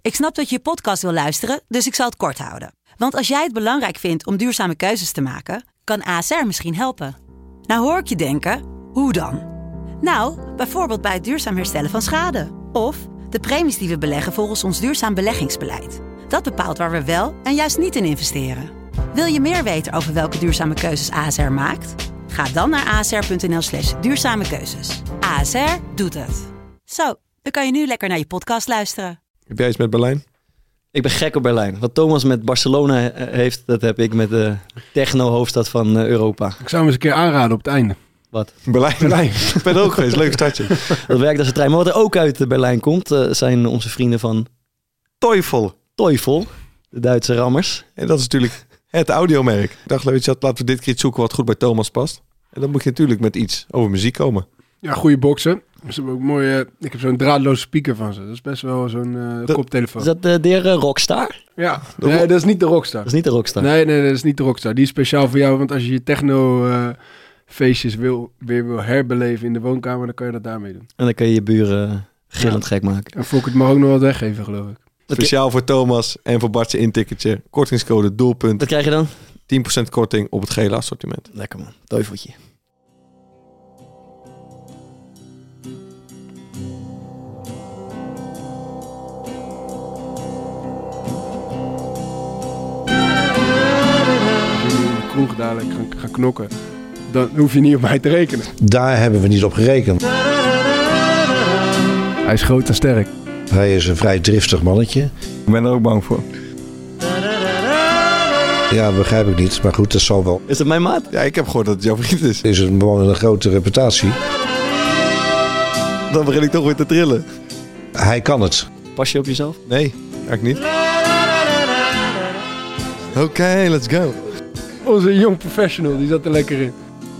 Ik snap dat je podcast wil luisteren, dus ik zal het kort houden. Want als jij het belangrijk vindt om duurzame keuzes te maken, kan ASR misschien helpen. Nou hoor ik je denken, hoe dan? Nou, bijvoorbeeld bij het duurzaam herstellen van schade. Of de premies die we beleggen volgens ons duurzaam beleggingsbeleid. Dat bepaalt waar we wel en juist niet in investeren. Wil je meer weten over welke duurzame keuzes ASR maakt? Ga dan naar asr.nl/duurzame keuzes. ASR doet het. Zo, dan kan je nu lekker naar je podcast luisteren. Heb jij iets met Berlijn? Ik ben gek op Berlijn. Wat Thomas met Barcelona heeft, dat heb ik met de techno-hoofdstad van Europa. Ik zou hem eens een keer aanraden op het einde. Wat? Berlijn. Ik ben er ook geweest. Leuk stadje. Dat werkt als een trein. Maar wat er ook uit Berlijn komt, zijn onze vrienden van Teufel, de Duitse rammers. En dat is natuurlijk het audiomerk. Ik dacht, laten we dit keer iets zoeken wat goed bij Thomas past. En dan moet je natuurlijk met iets over muziek komen. Ja, goede boxen. Ze hebben ook mooi, ik heb zo'n draadloze speaker van ze. Dat is best wel zo'n koptelefoon. Is dat de Rockstar? Ja, nee, dat is niet de Rockstar. Dat is niet de Rockstar. Nee, dat is niet de Rockstar. Die is speciaal voor jou, want als je je techno feestjes weer wil herbeleven in de woonkamer, dan kan je dat daarmee doen. En dan kun je je buren gillend gek maken. En Fokker mag ook nog wat weggeven, geloof ik. Speciaal voor Thomas en voor Bartje intikketje. Kortingscode doelpunt. Wat krijg je dan? 10% korting op het gele assortiment. Lekker man, teufeltje. Kroeg dadelijk gaan knokken, dan hoef je niet op mij te rekenen. Daar hebben we niet op gerekend. Hij is groot en sterk. Hij is een vrij driftig mannetje. Ik ben er ook bang voor. Ja, dat begrijp ik niet, maar goed, dat zal wel. Is dat mijn maat? Ja, ik heb gehoord dat het jouw vriend is. Het is een man met een grote reputatie. Dan begin ik toch weer te trillen. Hij kan het. Pas je op jezelf? Nee, eigenlijk niet. Oké, let's go. Onze jong professional, die zat er lekker in.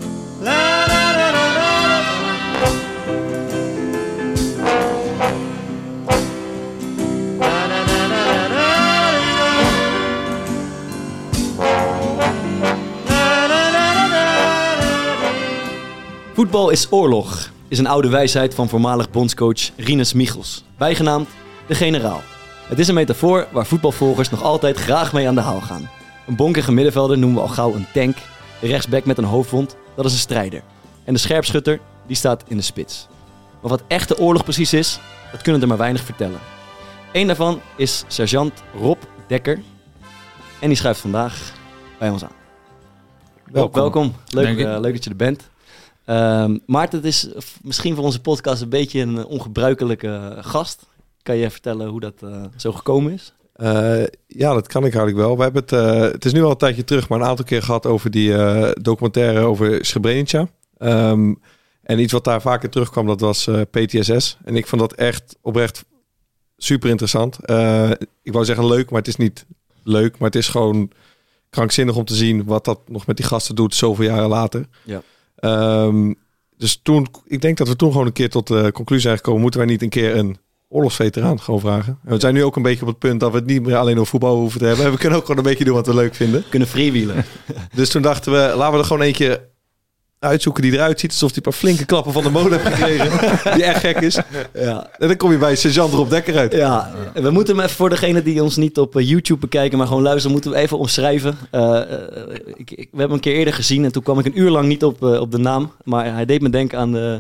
Voetbal is oorlog, is een oude wijsheid van voormalig bondscoach Rinus Michels, bijgenaamd de generaal. Het is een metafoor waar voetbalvolgers nog altijd graag mee aan de haal gaan. Een bonkige middenvelder noemen we al gauw een tank, de rechtsback met een hoofdwond, dat is een strijder. En de scherpschutter, die staat in de spits. Maar wat echte oorlog precies is, dat kunnen er maar weinig vertellen. Eén daarvan is sergeant Rob Dekker en die schuift vandaag bij ons aan. Welkom. Leuk dat je er bent. Maarten, het is misschien voor onze podcast een beetje een ongebruikelijke gast. Kan je vertellen hoe dat zo gekomen is? Ja, dat kan ik eigenlijk wel. We hebben het is nu al een tijdje terug, maar een aantal keer gehad over die documentaire over Srebrenica. En iets wat daar vaker terugkwam, dat was PTSS. En ik vond dat echt oprecht super interessant. Ik wou zeggen leuk, maar het is niet leuk. Maar het is gewoon krankzinnig om te zien wat dat nog met die gasten doet zoveel jaren later. Ja. Dus toen, ik denk dat we toen gewoon een keer tot de conclusie zijn gekomen, moeten wij niet een keer een oorlogsveteraan gewoon vragen. En we zijn nu ook een beetje op het punt dat we het niet meer alleen over voetbal hoeven te hebben. We kunnen ook gewoon een beetje doen wat we leuk vinden. We kunnen freewheelen. Dus toen dachten we, laten we er gewoon eentje uitzoeken die eruit ziet alsof hij een paar flinke klappen van de molen heeft gekregen. Die echt gek is. Ja. En dan kom je bij sergeant Rob Dekker uit. Ja, we moeten hem even voor degene die ons niet op YouTube bekijken, maar gewoon luisteren, moeten we even omschrijven. We hebben hem een keer eerder gezien en toen kwam ik een uur lang niet op de naam. Maar hij deed me denken aan de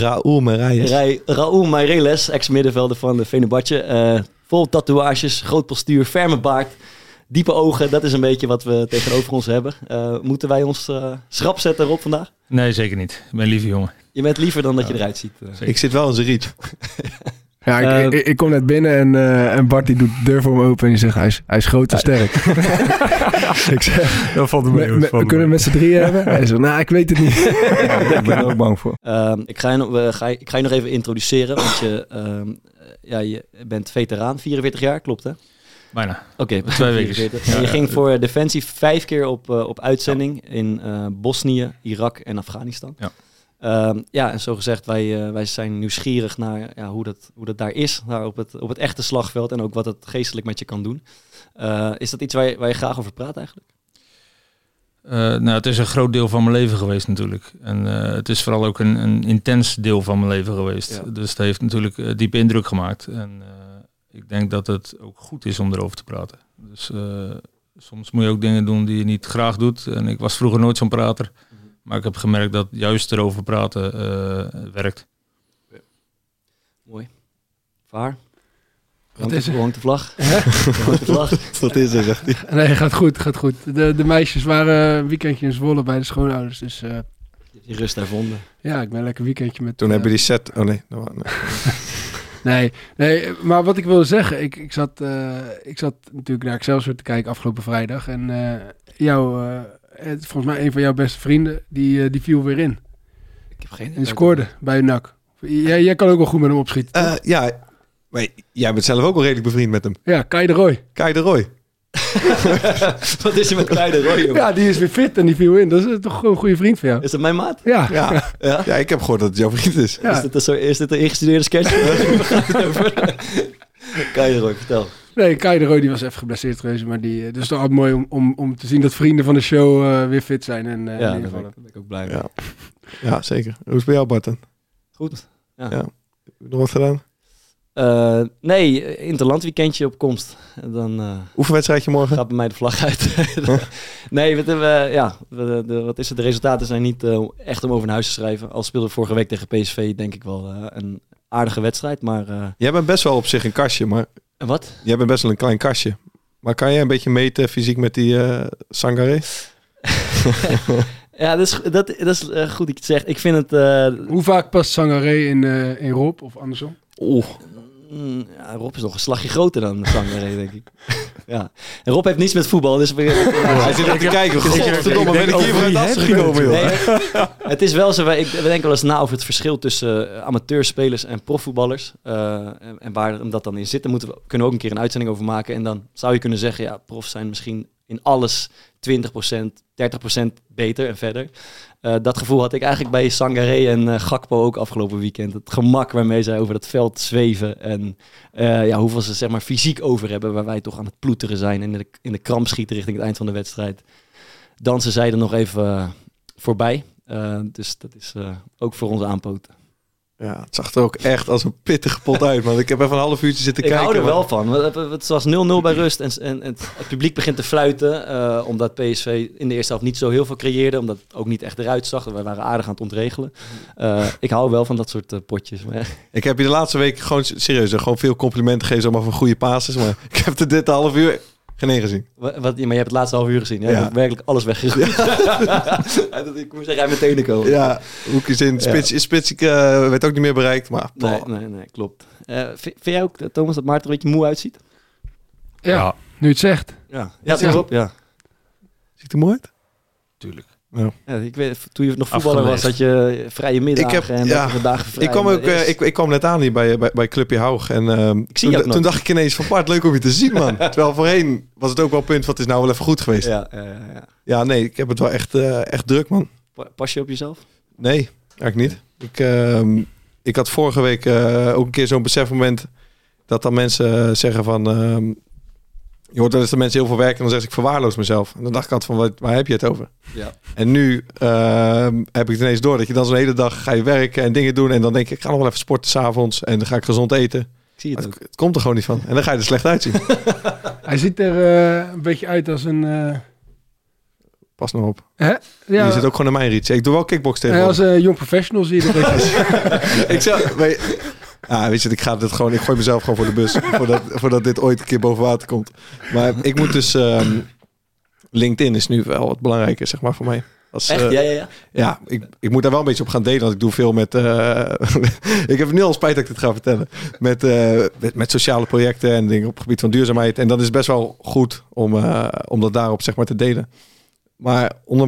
Raúl Meireles, ex-middenvelder van de Fenerbahce. Vol tatoeages, groot postuur, ferme baard. Diepe ogen, dat is een beetje wat we tegenover ons hebben. Moeten wij ons schrap zetten, Rob, vandaag? Nee, zeker niet. Ik ben een lieve jongen. Je bent liever dan dat je eruit ziet. Ik zit wel in zijn riet. Ja, ik kom net binnen en Bart die doet de deur voor me open en die zegt hij is groot en sterk. Ik zeg, dat valt me mee. We kunnen met z'n drieën hebben. Hij zegt, nou, ik weet het niet. Ik ben er ook bang voor. Ik ga je nog even introduceren, want je bent veteraan, 44 jaar, klopt hè? Bijna. Oké, 2 weken. En je ging voor Defensie 5 keer op uitzending in Bosnië, Irak en Afghanistan. Ja. En zo gezegd, wij zijn nieuwsgierig naar hoe dat daar is, daar op het echte slagveld en ook wat het geestelijk met je kan doen. Is dat iets waar je graag over praat eigenlijk? Het is een groot deel van mijn leven geweest natuurlijk. En het is vooral ook een intens deel van mijn leven geweest. Ja. Dus het heeft natuurlijk diepe indruk gemaakt. En ik denk dat het ook goed is om erover te praten. Dus soms moet je ook dingen doen die je niet graag doet. En ik was vroeger nooit zo'n prater. Maar ik heb gemerkt dat juist erover praten werkt. Mooi. Vaar. Wat is er? Gewoon de vlag. Wat is er, zegt hij. Nee, gaat goed. De meisjes waren een weekendje in Zwolle bij de schoonouders. Dus Die rust daar vonden. ja, ik ben een lekker weekendje met... Toen hebben die set... Oh nee. Nee, maar wat ik wilde zeggen, ik zat natuurlijk naar Excelsior te kijken afgelopen vrijdag. En volgens mij een van jouw beste vrienden, die viel weer in. Ik heb geen idee. En scoorde bij NAC. Jij kan ook wel goed met hem opschieten, toch? Ja, maar jij bent zelf ook wel redelijk bevriend met hem. Ja, Kai de Roy. Kai de Roy. Wat is er met Kai de Roy, jongen? Ja, die is weer fit en die viel in. Dat is toch gewoon een goede vriend van jou? Is dat mijn maat? Ja. Ja, ik heb gehoord dat het jouw vriend is. Ja. Is dit een ingestudeerde sketch? Waar gaat het over? Kai de Roy, vertel. Nee, Kai de Roy die was even geblesseerd geweest. Maar dus het is toch altijd mooi om te zien dat vrienden van de show weer fit zijn. En, Ja, daar ben ik ook blij mee. Ja, zeker. Hoe is het bij jou, Bart? Goed. Ja. Ja. Heb je nog wat gedaan? Nee, interlandweekendje op komst. En dan Oefenwedstrijdje morgen? gaat bij mij de vlag uit. Nee, wat is het? De resultaten zijn niet echt om over naar huis te schrijven. Al speelde vorige week tegen PSV denk ik wel een aardige wedstrijd. Maar, Jij bent best wel op zich een kastje, maar... En wat? Jij bent best wel een klein kastje. Maar kan jij een beetje meten fysiek met die Sangaré? Ja, dat is goed dat je het zegt. Ik vind het... Hoe vaak past Sangaré in Rob of andersom? Ja, Rob is nog een slagje groter dan Sangaré, denk ik. Ja. En Rob heeft niets met voetbal, dus... Hij zit er te kijken. Godverdomme, ben ik hier vanuit Assen gekomen, joh. Nee, het is wel zo, we denken wel eens na over het verschil tussen amateurspelers en profvoetballers. En waar dat dan in zit. Daar kunnen we ook een keer een uitzending over maken. En dan zou je kunnen zeggen, ja, profs zijn misschien in alles 20%, 30% beter en verder. Dat gevoel had ik eigenlijk bij Sangaré en Gakpo ook afgelopen weekend. Het gemak waarmee zij over dat veld zweven. En hoeveel ze zeg maar fysiek over hebben. Waar wij toch aan het ploeteren zijn. En in de kramp schieten richting het eind van de wedstrijd. Dansen zij er nog even voorbij. Dus dat is ook voor ons aanpoten. Ja, het zag er ook echt als een pittige pot uit, man. Ik heb even een half uurtje zitten kijken. Ik hou er wel van. Het was 0-0 bij rust en het publiek begint te fluiten. Omdat PSV in de eerste helft niet zo heel veel creëerde. Omdat het ook niet echt eruit zag. We waren aardig aan het ontregelen. Ik hou wel van dat soort potjes. Maar... Ik heb je de laatste week gewoon serieus gewoon veel complimenten gegeven allemaal voor goede passes. Maar ik heb er dit half uur geen één gezien. Maar je hebt het laatste half uur gezien. Ja? Je hebt werkelijk alles weggegooid. Ik moest zeggen, uit meteen komen. Ja, hoekjes in. Spits werd ook niet meer bereikt. Maar, nee, klopt. Vind jij ook, Thomas, dat Maarten er een beetje moe uitziet? Ja, nu het zegt. Ja, toch? Ja. Ziet er mooi uit? Tuurlijk. Ja, ik weet, toen je nog voetballer was, had je vrije middagen en dagen vrij. Ik kwam net aan hier bij Clubje Haug. En toen dacht ik ineens van Bart, leuk om je te zien, man. Terwijl voorheen was het ook wel een punt van het is nou wel even goed geweest. Ja, nee, ik heb het wel echt druk, man. Pas je op jezelf? Nee, eigenlijk niet. Ik had vorige week ook een keer zo'n besefmoment dat dan mensen zeggen van... je hoort wel eens dat mensen heel veel werken en dan zeggen ik verwaarloos mezelf. En dan dacht ik altijd van, waar heb je het over? Ja. En nu heb ik het ineens door dat je dan zo'n hele dag ga je werken en dingen doen. En dan denk ik ga nog wel even sporten 's avonds en dan ga ik gezond eten. Ik zie het ook. Het komt er gewoon niet van. En dan ga je er slecht uitzien. Hij ziet er een beetje uit als een... Pas nou op. Hè? Ja. Je zit ook gewoon in mijn rietje. Ik doe wel kickbox tegen. Als een jong professional zie je er een beetje. Weet je, ik gooi mezelf gewoon voor de bus. voordat dit ooit een keer boven water komt. Maar ik moet dus... LinkedIn is nu wel wat belangrijker, zeg maar, voor mij. Echt? Ja. Ja, ik moet daar wel een beetje op gaan delen. Want ik doe veel met... ik heb nu al spijt dat ik dit ga vertellen. Met sociale projecten en dingen op het gebied van duurzaamheid. En dat is best wel goed om dat daarop, zeg maar, te delen. Maar onder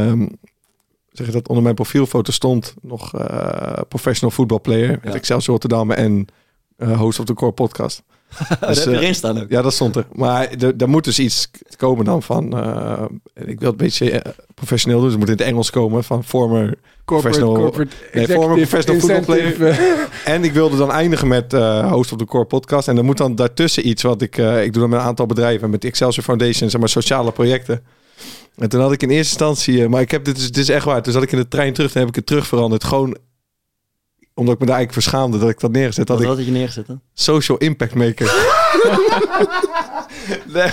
mijn profielfoto stond nog professional voetbalplayer met Excelsior Rotterdam en host of the Core podcast. Dus, dat heb je erin staan ook. Ja, dat stond er. Maar er moet dus iets komen dan van... ik wil het een beetje professioneel doen. Dus het moet in het Engels komen van former professional voetbalplayer. En ik wilde dan eindigen met host of the Core podcast. En er moet dan daartussen iets wat ik doe dan met een aantal bedrijven. Met de Excelsior Foundation, zeg maar sociale projecten. En toen had ik in eerste instantie... maar ik heb dit is echt waar. Toen zat ik in de trein terug en heb ik het terug veranderd. Gewoon... omdat ik me daar eigenlijk voor schaamde dat ik dat neergezet had. Wat had je neergezet dan? Social impact maker. Nee,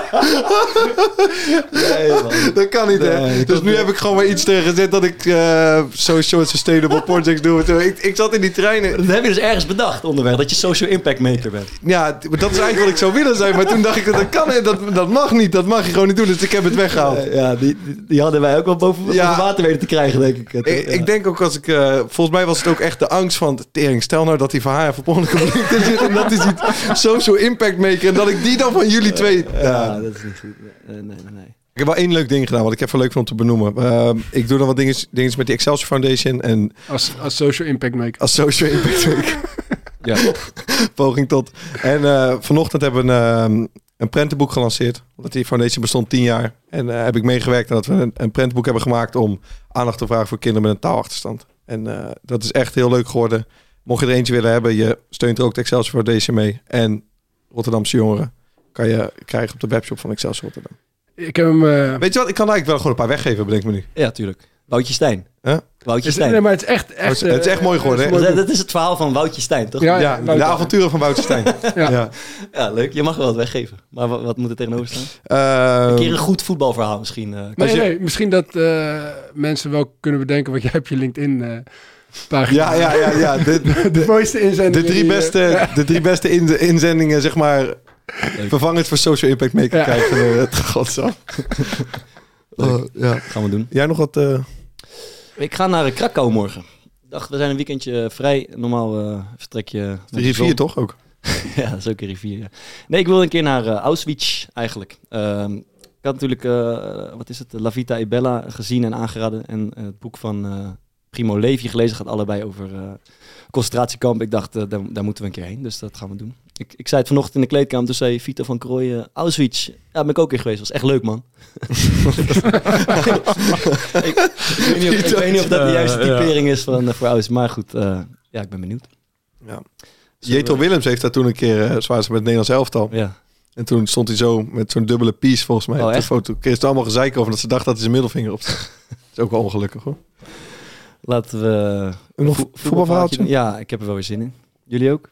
man. dat kan niet, hè? Dus nu heb ik gewoon maar iets gezet dat ik social sustainable projects doe. Ik zat in die treinen. Dat heb je dus ergens bedacht onderweg, dat je social impact maker bent. Ja, dat is eigenlijk wat ik zou willen zijn. Maar toen dacht ik, dat kan dat mag niet. Dat mag je gewoon niet doen. Dus ik heb het weggehaald. Ja, die hadden wij ook wel boven water weten te krijgen, denk ik. Ik denk ook als ik... volgens mij was het ook echt de angst van... Tering, stel nou dat die van haar verponnelijk op LinkedIn zit... en dat is iets social impact maker... en dat ik die dan van jullie twee... Ja, dat is niet goed. Nee. Ik heb wel één leuk ding gedaan... wat ik even leuk vond om te benoemen. Ik doe dan wat dingen met die Excelsior Foundation... en als social impact maker. Als social impact maker. Ja. Poging tot. En vanochtend hebben we een prentenboek gelanceerd. Want die foundation bestond 10 jaar. En heb ik meegewerkt aan dat we een prentenboek hebben gemaakt... om aandacht te vragen voor kinderen met een taalachterstand. En dat is echt heel leuk geworden. Mocht je er eentje willen hebben, je steunt er ook de Excelsior Foundation mee. En Rotterdamse jongeren kan je krijgen op de webshop van Excelsior Rotterdam. Ik heb hem... Weet je wat, ik kan eigenlijk wel gewoon een paar weggeven, bedenk me nu. Ja, tuurlijk. Woutje Stijn. Huh? Woutje Stijn. Nee, maar het is echt... Het is echt mooi geworden, hè? Dat is het verhaal van Woutje Stijn, toch? Ja, De avonturen van Woutje Stijn. Ja. Ja, leuk. Je mag wel wat weggeven. Maar wat moet er tegenover staan? Een keer een goed voetbalverhaal misschien. Nee, misschien dat mensen wel kunnen bedenken... wat jij op je LinkedIn... pagina. Ja. De mooiste inzendingen. De drie beste inzendingen, zeg maar... Leuk. Vervangend voor social impact maker krijgen. Het godsam. Ja. Gaan we doen. Jij nog wat... Ik ga naar Krakau morgen. Ik dacht, we zijn een weekendje vrij. Normaal vertrek je... De rivier toch ook? Ja, dat is ook een rivier. Ja. Nee, ik wil een keer naar Auschwitz eigenlijk. Ik had natuurlijk, La Vita e Bella gezien en aangeraden. En het boek van Primo Levi gelezen. Gaat allebei over concentratiekamp. Ik dacht, daar moeten we een keer heen. Dus dat gaan we doen. Ik zei het vanochtend in de kleedkamer. Toen zei Vito van Krooij, Auschwitz. Ja, ben ik ook keer geweest. Was echt leuk, man. ik weet niet of dat de juiste typering is voor Auschwitz. Maar goed, ik ben benieuwd. Ja. Jetro Willems heeft daar toen een keer zwaar met het Nederlands elftal. Ja. En toen stond hij zo met zo'n dubbele piece volgens mij op de foto. Kreeg het allemaal gezeik over dat ze dacht dat hij zijn middelvinger op staat. Dat is ook wel ongelukkig, hoor. Laten we... Nog voetbalverhaaltje? Ja, ik heb er wel weer zin in. Jullie ook?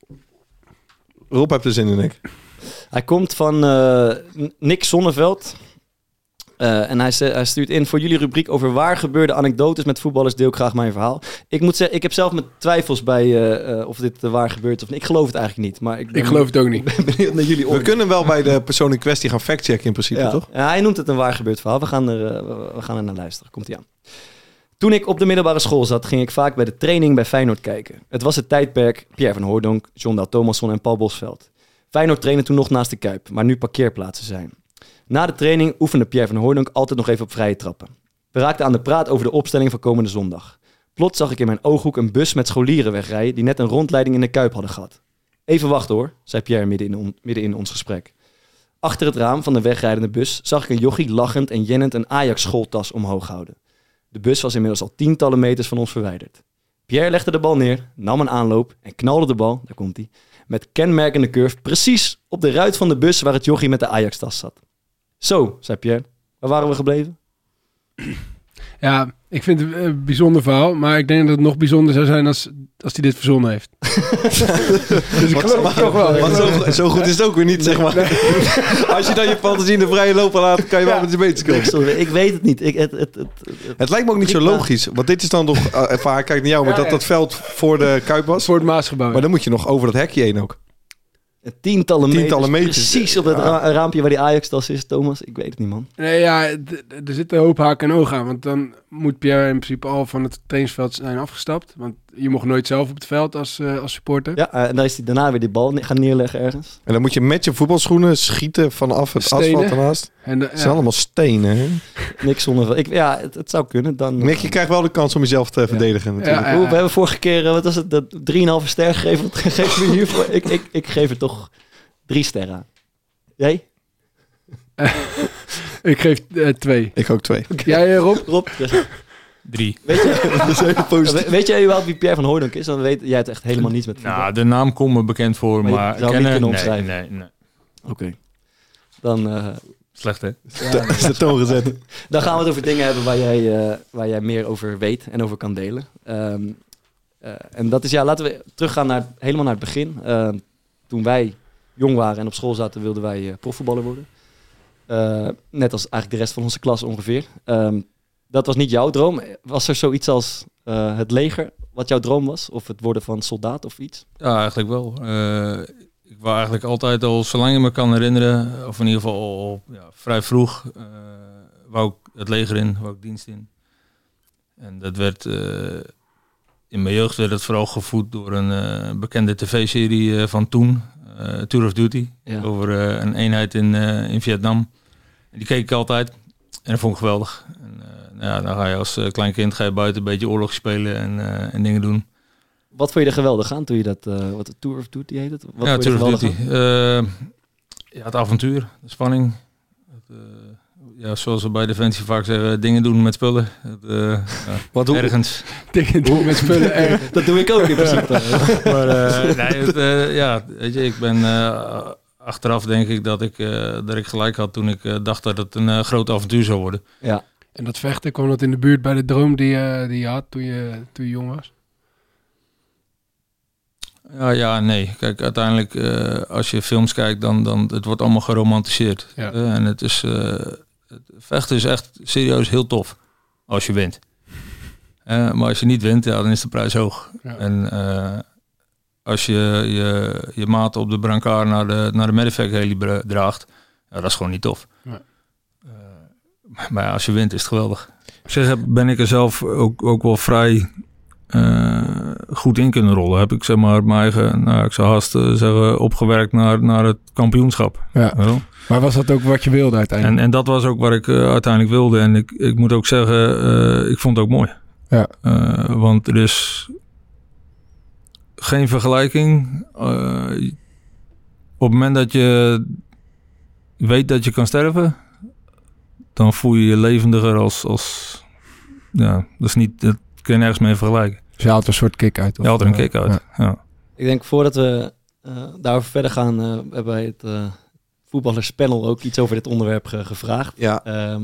Rob heeft er zin in, Nick. Hij komt van Nick Zonneveld. En hij stuurt in voor jullie rubriek over waar gebeurde anekdotes met voetballers. Deel ik graag mijn verhaal. Ik moet zeggen, ik heb zelf met twijfels bij of dit waar gebeurt of niet. Ik geloof het eigenlijk niet. Maar ik geloof het ook niet. Ik ben benieuwd naar jullie oordeel. We kunnen wel bij de persoon in kwestie gaan factchecken in principe, toch? Ja, hij noemt het een waar gebeurd verhaal. We gaan er naar luisteren. Komt-ie aan. Toen ik op de middelbare school zat, ging ik vaak bij de training bij Feyenoord kijken. Het was het tijdperk Pierre van Hooijdonk, John Dael Thomasson en Paul Bosveld. Feyenoord trainde toen nog naast de Kuip, maar nu parkeerplaatsen zijn. Na de training oefende Pierre van Hooijdonk altijd nog even op vrije trappen. We raakten aan de praat over de opstelling van komende zondag. Plots zag ik in mijn ooghoek een bus met scholieren wegrijden die net een rondleiding in de Kuip hadden gehad. Even wachten hoor, zei Pierre midden in ons gesprek. Achter het raam van de wegrijdende bus zag ik een jochie lachend en jennend een Ajax-schooltas omhoog houden. De bus was inmiddels al tientallen meters van ons verwijderd. Pierre legde de bal neer, nam een aanloop en knalde de bal, daar komt hij, met kenmerkende curve precies op de ruit van de bus waar het jochie met de Ajax-tas zat. Zo, zei Pierre. Waar waren we gebleven? Ja, ik vind het een bijzonder verhaal, maar ik denk dat het nog bijzonder zou zijn als hij dit verzonnen heeft. Dus ik geloof het toch wel. Want zo goed is het ook weer niet, zeg maar. Nee. Als je dan je fantasie in de vrije loop laat, kan je wel met je beter komen. Sorry, ik weet het niet. Het lijkt me ook niet zo logisch, want dit is dan toch... Kijk naar jou, maar dat veld voor de Kuip was. Voor het Maasgebouw. Maar dan moet je nog over dat hekje heen ook. Tientallen meters. Precies op het raampje waar die Ajax-tas is, Thomas. Ik weet het niet, man. Nee, ja, er zit een hoop haken en ogen aan. Want dan moet Pierre in principe al van het trainingsveld zijn afgestapt. Want je mocht nooit zelf op het veld als supporter. Ja, en dan is hij daarna weer die bal gaan neerleggen ergens. En dan moet je met je voetbalschoenen schieten vanaf het asfalt ernaast. Het zijn allemaal stenen, hè? Niks zonder... het zou kunnen. Dan, Nick, je krijgt wel de kans om jezelf te verdedigen, natuurlijk. We hebben vorige keer, wat was het, 3,5 ster gegeven. Wat geef je hiervoor? Ik geef er toch 3 sterren aan. Jij? Ik geef 2. Ik ook 2. Okay. Jij, Rob? Rob? 3. Weet jij wel wie Pierre van Hooijdonk is? Dan weet jij het echt helemaal niet met voetbal. Nou, de naam komt me bekend voor, maar zou niet kunnen omschrijven. Nee. Oké. Dan... Slecht, hè? Ja, is de toon gezet. Dan gaan we het over dingen hebben waar jij meer over weet en over kan delen. En dat is, laten we teruggaan helemaal naar het begin. Toen wij jong waren en op school zaten, wilden wij profvoetballer worden. Net als eigenlijk de rest van onze klas ongeveer. Dat was niet jouw droom. Was er zoiets als het leger wat jouw droom was? Of het worden van soldaat of iets? Ja, eigenlijk wel. Ik wou eigenlijk altijd al, zolang je me kan herinneren, of in ieder geval al vrij vroeg, wou ik het leger in, wou ik dienst in. En dat werd, in mijn jeugd werd het vooral gevoed door een bekende tv-serie van toen, Tour of Duty, over een eenheid in Vietnam. En die keek ik altijd en dat vond ik geweldig. En, dan ga je als klein kind buiten een beetje oorlog spelen en dingen doen. Wat vond je er geweldig aan toen je dat, wat Tour of Duty heet het? Wat Tour of Duty. Het avontuur, de spanning. Zoals we bij Defensie vaak zeggen, dingen doen met spullen. Wat ergens. Dingen doen met spullen. Dat doe ik ook in principe. Maar weet je, ik ben achteraf denk ik dat ik gelijk had toen ik dacht dat het een groot avontuur zou worden. Ja. En dat vechten, kwam dat in de buurt bij de droom die je had toen je jong was? Ja, nee. Kijk, uiteindelijk als je films kijkt, dan het wordt allemaal geromantiseerd. Ja. En het is, het vechten is echt serieus heel tof als je wint. Maar als je niet wint, dan is de prijs hoog. Ja. En als je maat op de brancard naar de medevac heli draagt, dat is gewoon niet tof. Ja. Maar als je wint, is het geweldig. Op zich ben ik er zelf ook wel vrij goed in kunnen rollen. Heb ik zeg maar mijn eigen, ik zou haast zeggen, opgewerkt naar het kampioenschap. Ja. Maar was dat ook wat je wilde uiteindelijk? En dat was ook wat ik uiteindelijk wilde. En ik moet ook zeggen, ik vond het ook mooi. Ja. Want er is geen vergelijking. Op het moment dat je weet dat je kan sterven, dan voel je je levendiger als dat is niet, dat kun je nergens mee vergelijken. Dus je haalt een soort kick uit? Je haalt er een kick uit, ja. Ik denk voordat we daarover verder gaan, hebben wij het voetballerspanel ook iets over dit onderwerp gevraagd. Ja.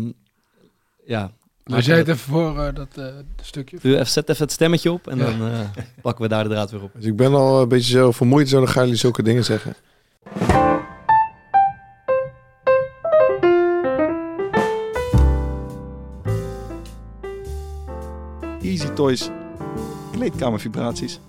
Maar zei het even voor dat stukje? Zet even het stemmetje op en dan pakken we daar de draad weer op. Dus ik ben al een beetje zo vermoeid, zo dan gaan jullie zulke dingen zeggen. Easy Toys kleedkamervibraties.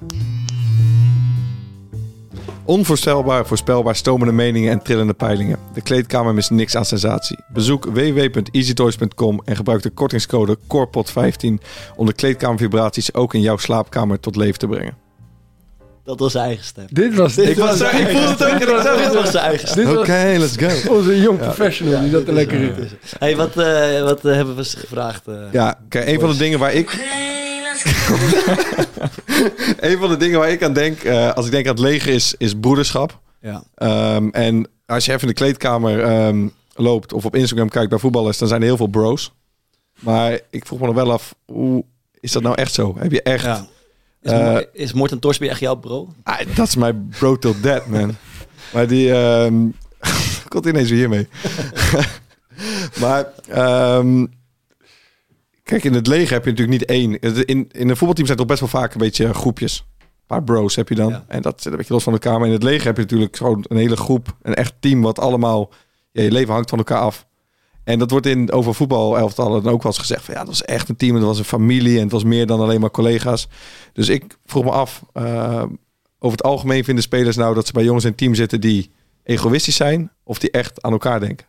Onvoorstelbaar, voorspelbaar, stomende meningen en trillende peilingen. De kleedkamer mist niks aan sensatie. Bezoek www.easytoys.com en gebruik de kortingscode CORPOT15 om de kleedkamervibraties ook in jouw slaapkamer tot leven te brengen. Dat was zijn eigen stem. Ik voelde het ook. Dit was zijn eigen stem. Oké, let's go. Onze jong professional die dat er lekker in. Hey, wat hebben we gevraagd? Kijk, een van de dingen waar ik... Een van de dingen waar ik aan denk, als ik denk aan het leger, is broederschap. Ja. En als je even in de kleedkamer loopt of op Instagram kijkt bij voetballers, dan zijn er heel veel bros. Maar ik vroeg me nog wel af, hoe is dat nou echt zo? Heb je echt... Ja. Is Morten Torsby echt jouw bro? Dat is mijn bro till dead, man. Maar die... komt ineens weer hiermee. Maar... Kijk, in het leger heb je natuurlijk niet één. In een voetbalteam zijn toch best wel vaak een beetje groepjes. Een paar bros heb je dan. Ja. En dat zit een beetje los van elkaar. Maar in het leger heb je natuurlijk gewoon een hele groep. Een echt team wat allemaal... Ja, je leven hangt van elkaar af. En dat wordt over voetbalelftallen dan ook wel eens gezegd. Van, dat was echt een team. Het was een familie. En het was meer dan alleen maar collega's. Dus ik vroeg me af. Over het algemeen vinden spelers nou dat ze bij jongens in een team zitten die egoïstisch zijn. Of die echt aan elkaar denken.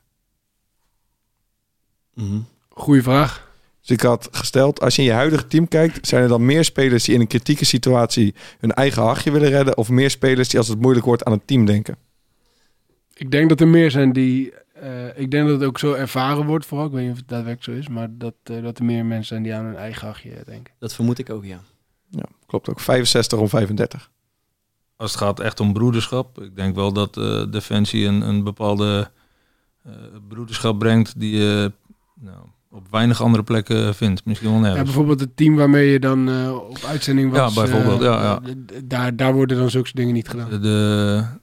Mm-hmm. Goeie vraag. Dus ik had gesteld, als je in je huidige team kijkt, zijn er dan meer spelers die in een kritieke situatie hun eigen hachje willen redden, of meer spelers die als het moeilijk wordt aan het team denken? Ik denk dat er meer zijn die... ik denk dat het ook zo ervaren wordt, vooral. Ik weet niet of het daadwerkelijk zo is, maar dat er meer mensen zijn die aan hun eigen hachje denken. Dat vermoed ik ook, ja. Ja, klopt ook. 65 om 35. Als het gaat echt om broederschap, ik denk wel dat Defensie een bepaalde broederschap brengt die op weinig andere plekken vindt. Misschien wel nergens. Ja, bijvoorbeeld het team waarmee je dan op uitzending was. Ja, bijvoorbeeld. Daar worden dan zulke dingen niet gedaan.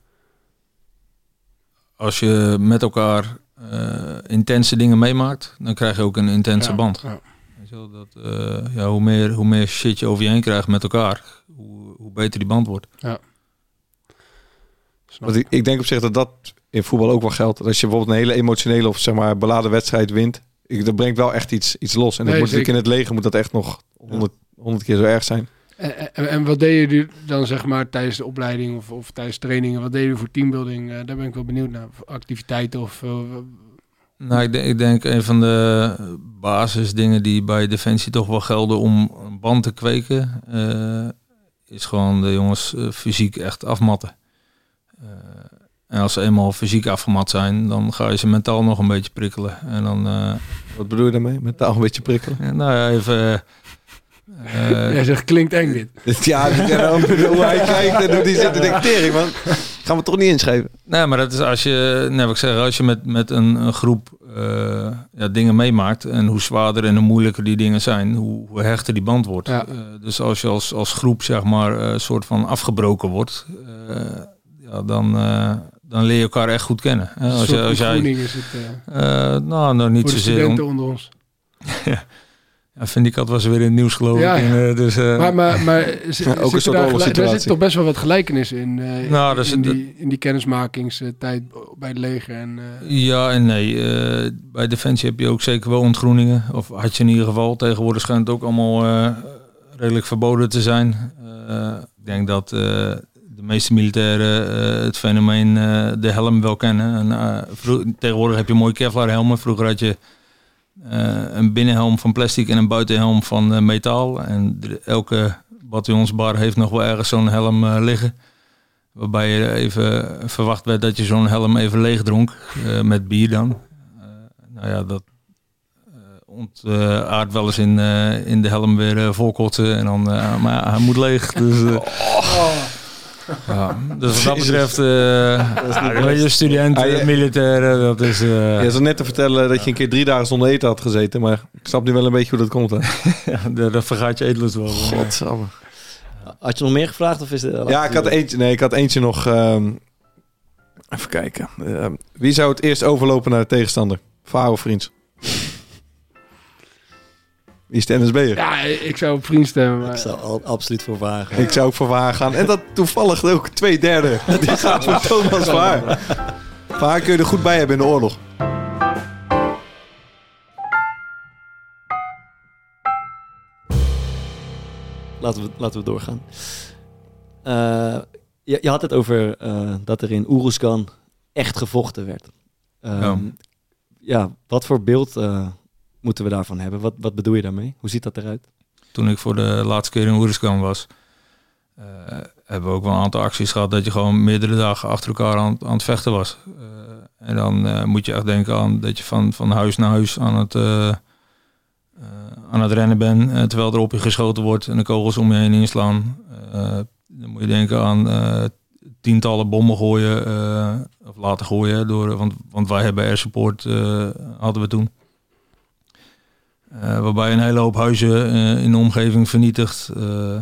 Als je met elkaar intense dingen meemaakt, dan krijg je ook een intense band. Ja. Weet je wel, dat, hoe meer shit je over je heen krijgt met elkaar, hoe beter die band wordt. Ja. Want ik denk op zich dat in voetbal ook wel geldt. Dat als je bijvoorbeeld een hele emotionele of zeg maar beladen wedstrijd wint, dat brengt wel echt iets los. En dat moet natuurlijk in het leger moet dat echt nog 100 keer zo erg zijn. En wat deden jullie dan zeg maar tijdens de opleiding of tijdens trainingen? Wat deden jullie voor teambuilding? Daar ben ik wel benieuwd naar. Activiteiten of... Nou, ik denk een van de basisdingen die bij Defensie toch wel gelden om een band te kweken, is gewoon de jongens fysiek echt afmatten. En als ze eenmaal fysiek afgemat zijn, dan ga je ze mentaal nog een beetje prikkelen. En dan, wat bedoel je daarmee? Mentaal een beetje prikkelen? Ja, nou ja, even... Jij zegt, klinkt eng dit. Ja, hoe hij kijkt en hoe die zit te dicteren. Man. Gaan we toch niet inschrijven? Nee, maar dat is als je met een groep dingen meemaakt en hoe zwaarder en hoe moeilijker die dingen zijn, hoe hechter die band wordt. Ja. Dus als je als groep zeg maar een soort van afgebroken wordt, dan leer je elkaar echt goed kennen. Als jij is het nou niet voor de zozeer studenten onder ons. Ja, Vindicat was weer in het nieuws geloof ik. Ja. Dus, maar ook een soort oorlogssituatie. er zit toch best wel wat gelijkenis in, in die kennismakingstijd bij het leger. En, Ja en nee. Bij Defensie heb je ook zeker wel ontgroeningen. Of had je in ieder geval. Tegenwoordig schijnt het ook allemaal redelijk verboden te zijn. Ik denk dat de meeste militairen het fenomeen de helm wel kennen. En, tegenwoordig heb je mooie Kevlar helmen. Vroeger had je een binnenhelm van plastic en een buitenhelm van metaal. En elke bataljonsbar heeft nog wel ergens zo'n helm liggen. Waarbij je even verwacht werd dat je zo'n helm even leeg dronk. Met bier dan. Nou ja, dat ontaardt wel eens in de helm weer volkotsen. En dan, maar ja, hij moet leeg. Dus, ja, dus wat dat betreft, studenten, militairen, dat is... Je zat net te vertellen dat je een keer 3 dagen zonder eten had gezeten, maar ik snap nu wel een beetje hoe dat komt. Hè? Ja, dat vergaat je eetlust wel. Godsamme. Had je nog meer gevraagd? Of is het, ja, ik had eentje nog... even kijken. Wie zou het eerst overlopen naar de tegenstander? Vaar of Vriends? Wie is de NSB'er? Ja, ik zou op Vriend stemmen. Maar... Ik zou absoluut voor Vaar gaan. Ik zou ook voor Vaar gaan. En dat toevallig ook 2/3. Die gaat voor Thomas Vaar. Vaar kun je er goed bij hebben in de oorlog. Laten we doorgaan. Je had het over dat er in Oeroesgan echt gevochten werd. Wat voor beeld moeten we daarvan hebben? Wat bedoel je daarmee? Hoe ziet dat eruit? Toen ik voor de laatste keer in Oeroesgan was, hebben we ook wel een aantal acties gehad dat je gewoon meerdere dagen achter elkaar aan het vechten was. En dan moet je echt denken aan dat je van huis naar huis aan het rennen bent, terwijl er op je geschoten wordt en de kogels om je heen inslaan. Dan moet je denken aan tientallen bommen gooien of laten gooien, want wij hebben air support, hadden we toen. Waarbij een hele hoop huizen in de omgeving vernietigd.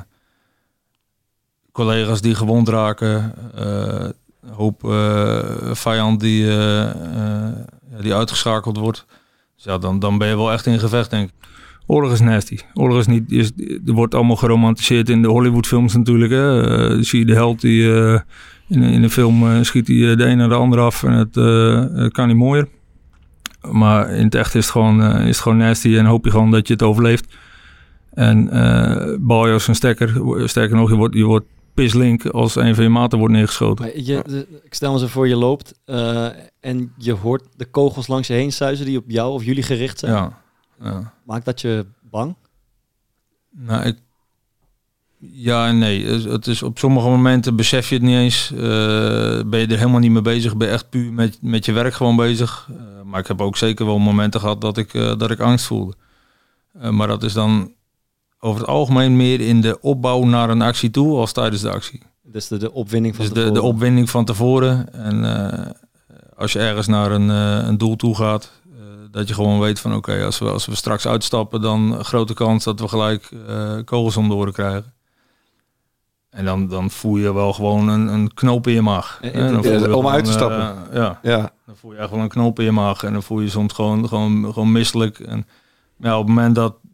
Collega's die gewond raken. Een hoop vijand die uitgeschakeld wordt. Dus ja, dan ben je wel echt in gevecht, denk ik. Oorlog is nasty. Oorlog is niet... Er wordt allemaal geromantiseerd in de Hollywoodfilms natuurlijk. Hè. Zie je de held die in een film schiet hij de een naar de ander af. En het kan niet mooier. Maar in het echt is het gewoon nasty en hoop je gewoon dat je het overleeft. En bal je als een stekker. Sterker nog, je wordt pislink als een van je maten wordt neergeschoten. Maar ik stel me zo voor, je loopt en je hoort de kogels langs je heen suizen die op jou of jullie gericht zijn. Ja. Maakt dat je bang? Nou, ja en nee. Het is op sommige momenten besef je het niet eens. Ben je er helemaal niet mee bezig. Ben je echt puur met je werk gewoon bezig. Maar ik heb ook zeker wel momenten gehad dat ik angst voelde. Maar dat is dan over het algemeen meer in de opbouw naar een actie toe als tijdens de actie. Dus de opwinding van tevoren. De opwinding van tevoren. En als je ergens naar een doel toe gaat, dat je gewoon weet van oké, als we straks uitstappen, dan grote kans dat we gelijk kogels om de oren krijgen. En dan voel je wel gewoon een knoop in je maag. Om uit te stappen. Dan voel je echt wel een knoop in je maag. En dan voel je soms gewoon misselijk. En ja, op het moment dat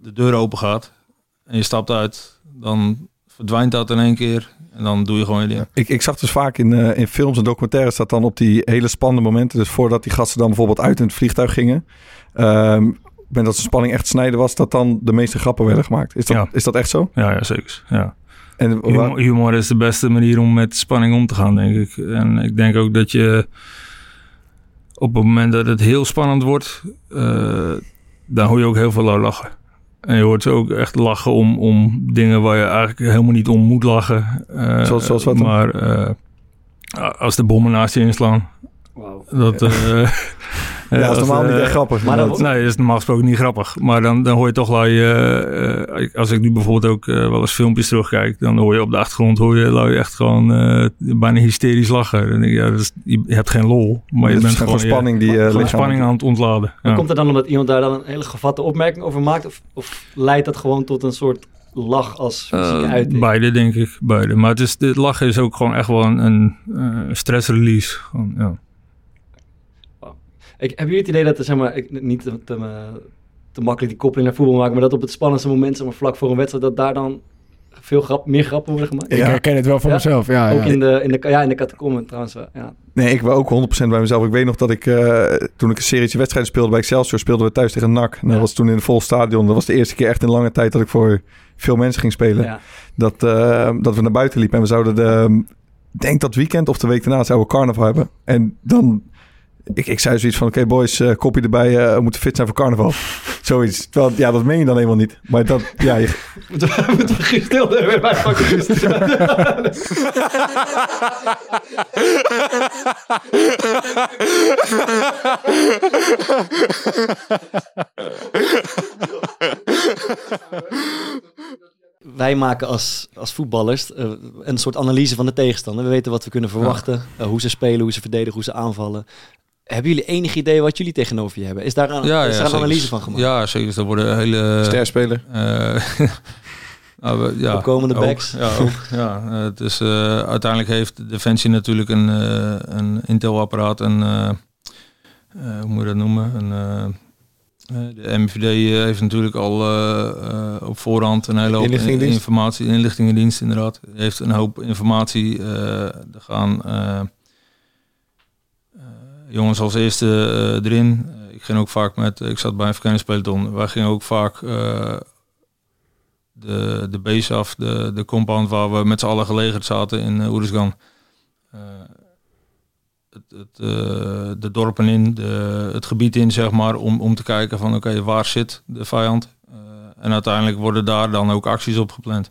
de deur open gaat en je stapt uit, dan verdwijnt dat in één keer en dan doe je gewoon je ding. Ik zag dus vaak in films en documentaires dat dan op die hele spannende momenten, dus voordat die gasten dan bijvoorbeeld uit in het vliegtuig gingen, ben dat de spanning echt snijden was, dat dan de meeste grappen werden gemaakt. Is dat echt zo? Ja, zeker. Ja. En Humor is de beste manier om met spanning om te gaan, denk ik. En ik denk ook dat je op het moment dat het heel spannend wordt, dan hoor je ook heel veel lachen. En je hoort ze ook echt lachen om dingen waar je eigenlijk helemaal niet om moet lachen. Zoals wat dan? Maar als de bommen naast je inslaan. Wauw. Dat is normaal niet echt grappig. Maar Nee, dat is normaal gesproken niet grappig. Maar dan hoor je toch als ik nu bijvoorbeeld ook wel eens filmpjes terugkijk, dan hoor je op de achtergrond echt gewoon bijna hysterisch lachen. Dan denk ik, je hebt geen lol, maar je bent gewoon spanning aan het ontladen. Maar komt het dan omdat iemand daar dan een hele gevatte opmerking over maakt? Of leidt dat gewoon tot een soort lach als fysieke uiting? Beide, denk ik. Beide. Maar het lachen is ook gewoon echt wel een stressrelease. Gewoon, ja. Heb jullie het idee dat er, zeg maar, niet te makkelijk die koppeling naar voetbal maken, maar dat op het spannendste moment, zeg maar, vlak voor een wedstrijd, dat daar dan meer grappen worden gemaakt? Ik herken het wel van mezelf, ja. Ook in de catacomben trouwens. Ja. Nee, ik wil ook 100% bij mezelf. Ik weet nog dat ik, toen ik een serietje wedstrijden speelde bij Excelsior, speelden we thuis tegen NAC. En dat was toen in een vol stadion. Dat was de eerste keer echt in lange tijd dat ik voor veel mensen ging spelen. Ja. Dat we naar buiten liepen. En we zouden denk dat weekend of de week daarna zouden we carnaval hebben. En dan... Ik zei zoiets van, oké, boys, kopje erbij, we moeten fit zijn voor carnaval. Zoiets. Terwijl, ja, dat meen je dan helemaal niet. Maar dat, ja... Moeten we gestild hebben bij pakken. Wij maken als voetballers een soort analyse van de tegenstander. We weten wat we kunnen verwachten, hoe ze spelen, hoe ze verdedigen, hoe ze aanvallen. Hebben jullie enig idee wat jullie tegenover je hebben? Is daar een analyse van gemaakt? Ja, zeker. Dat worden hele... Sterspeler. Opkomende backs. Het is, uiteindelijk heeft Defensie natuurlijk een Intel-apparaat. Hoe moet je dat noemen? De MVD heeft natuurlijk al op voorhand een hele hoop informatie. Inlichtingendienst, inderdaad. Heeft een hoop informatie. Er gaan... jongens als eerste erin. Ik ging ook vaak ik zat bij een verkenningspeloton. Wij gingen ook vaak de base af, de compound waar we met z'n allen gelegerd zaten in Oeruzgan. De dorpen in, het gebied in, zeg maar, om te kijken van oké, waar zit de vijand? En uiteindelijk worden daar dan ook acties op gepland.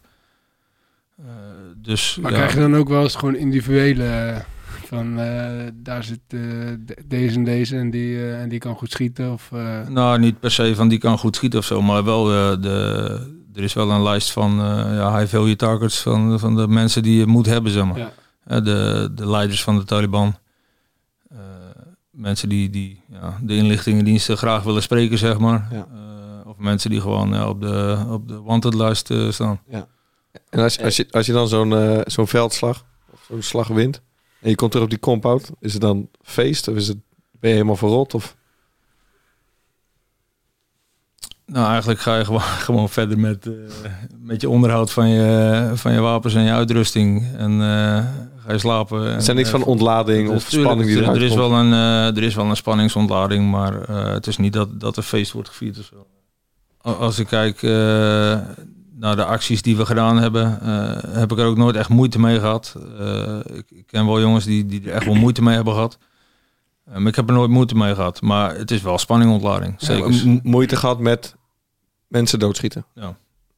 Maar krijg je dan ook wel eens gewoon individuele... Van daar zit deze en deze en die kan goed schieten? Of, Nou, niet per se van die kan goed schieten of zo, maar wel er is wel een lijst van high value targets van de mensen die je moet hebben, zeg maar. Ja. De leiders van de Taliban. Mensen die de inlichtingendiensten graag willen spreken, zeg maar. Ja. Of mensen die gewoon op de wanted lijst staan. Ja. En als je dan zo'n veldslag of zo'n slag wint, en je komt terug op die compound, is het dan feest of ben je helemaal verrot? Of? Nou, eigenlijk ga je gewoon verder met je onderhoud van je wapens en je uitrusting. En ga je slapen. Het zijn niks van ontlading of spanning die eruit komt? Er is wel een spanningsontlading, maar het is niet dat er feest wordt gevierd of zo. Als ik kijk naar de acties die we gedaan hebben, heb ik er ook nooit echt moeite mee gehad. Ik ken wel jongens die er echt wel moeite mee hebben gehad. Maar ik heb er nooit moeite mee gehad. Maar het is wel spanningontlading. Zeker. Ja, moeite gehad met mensen doodschieten. Ja.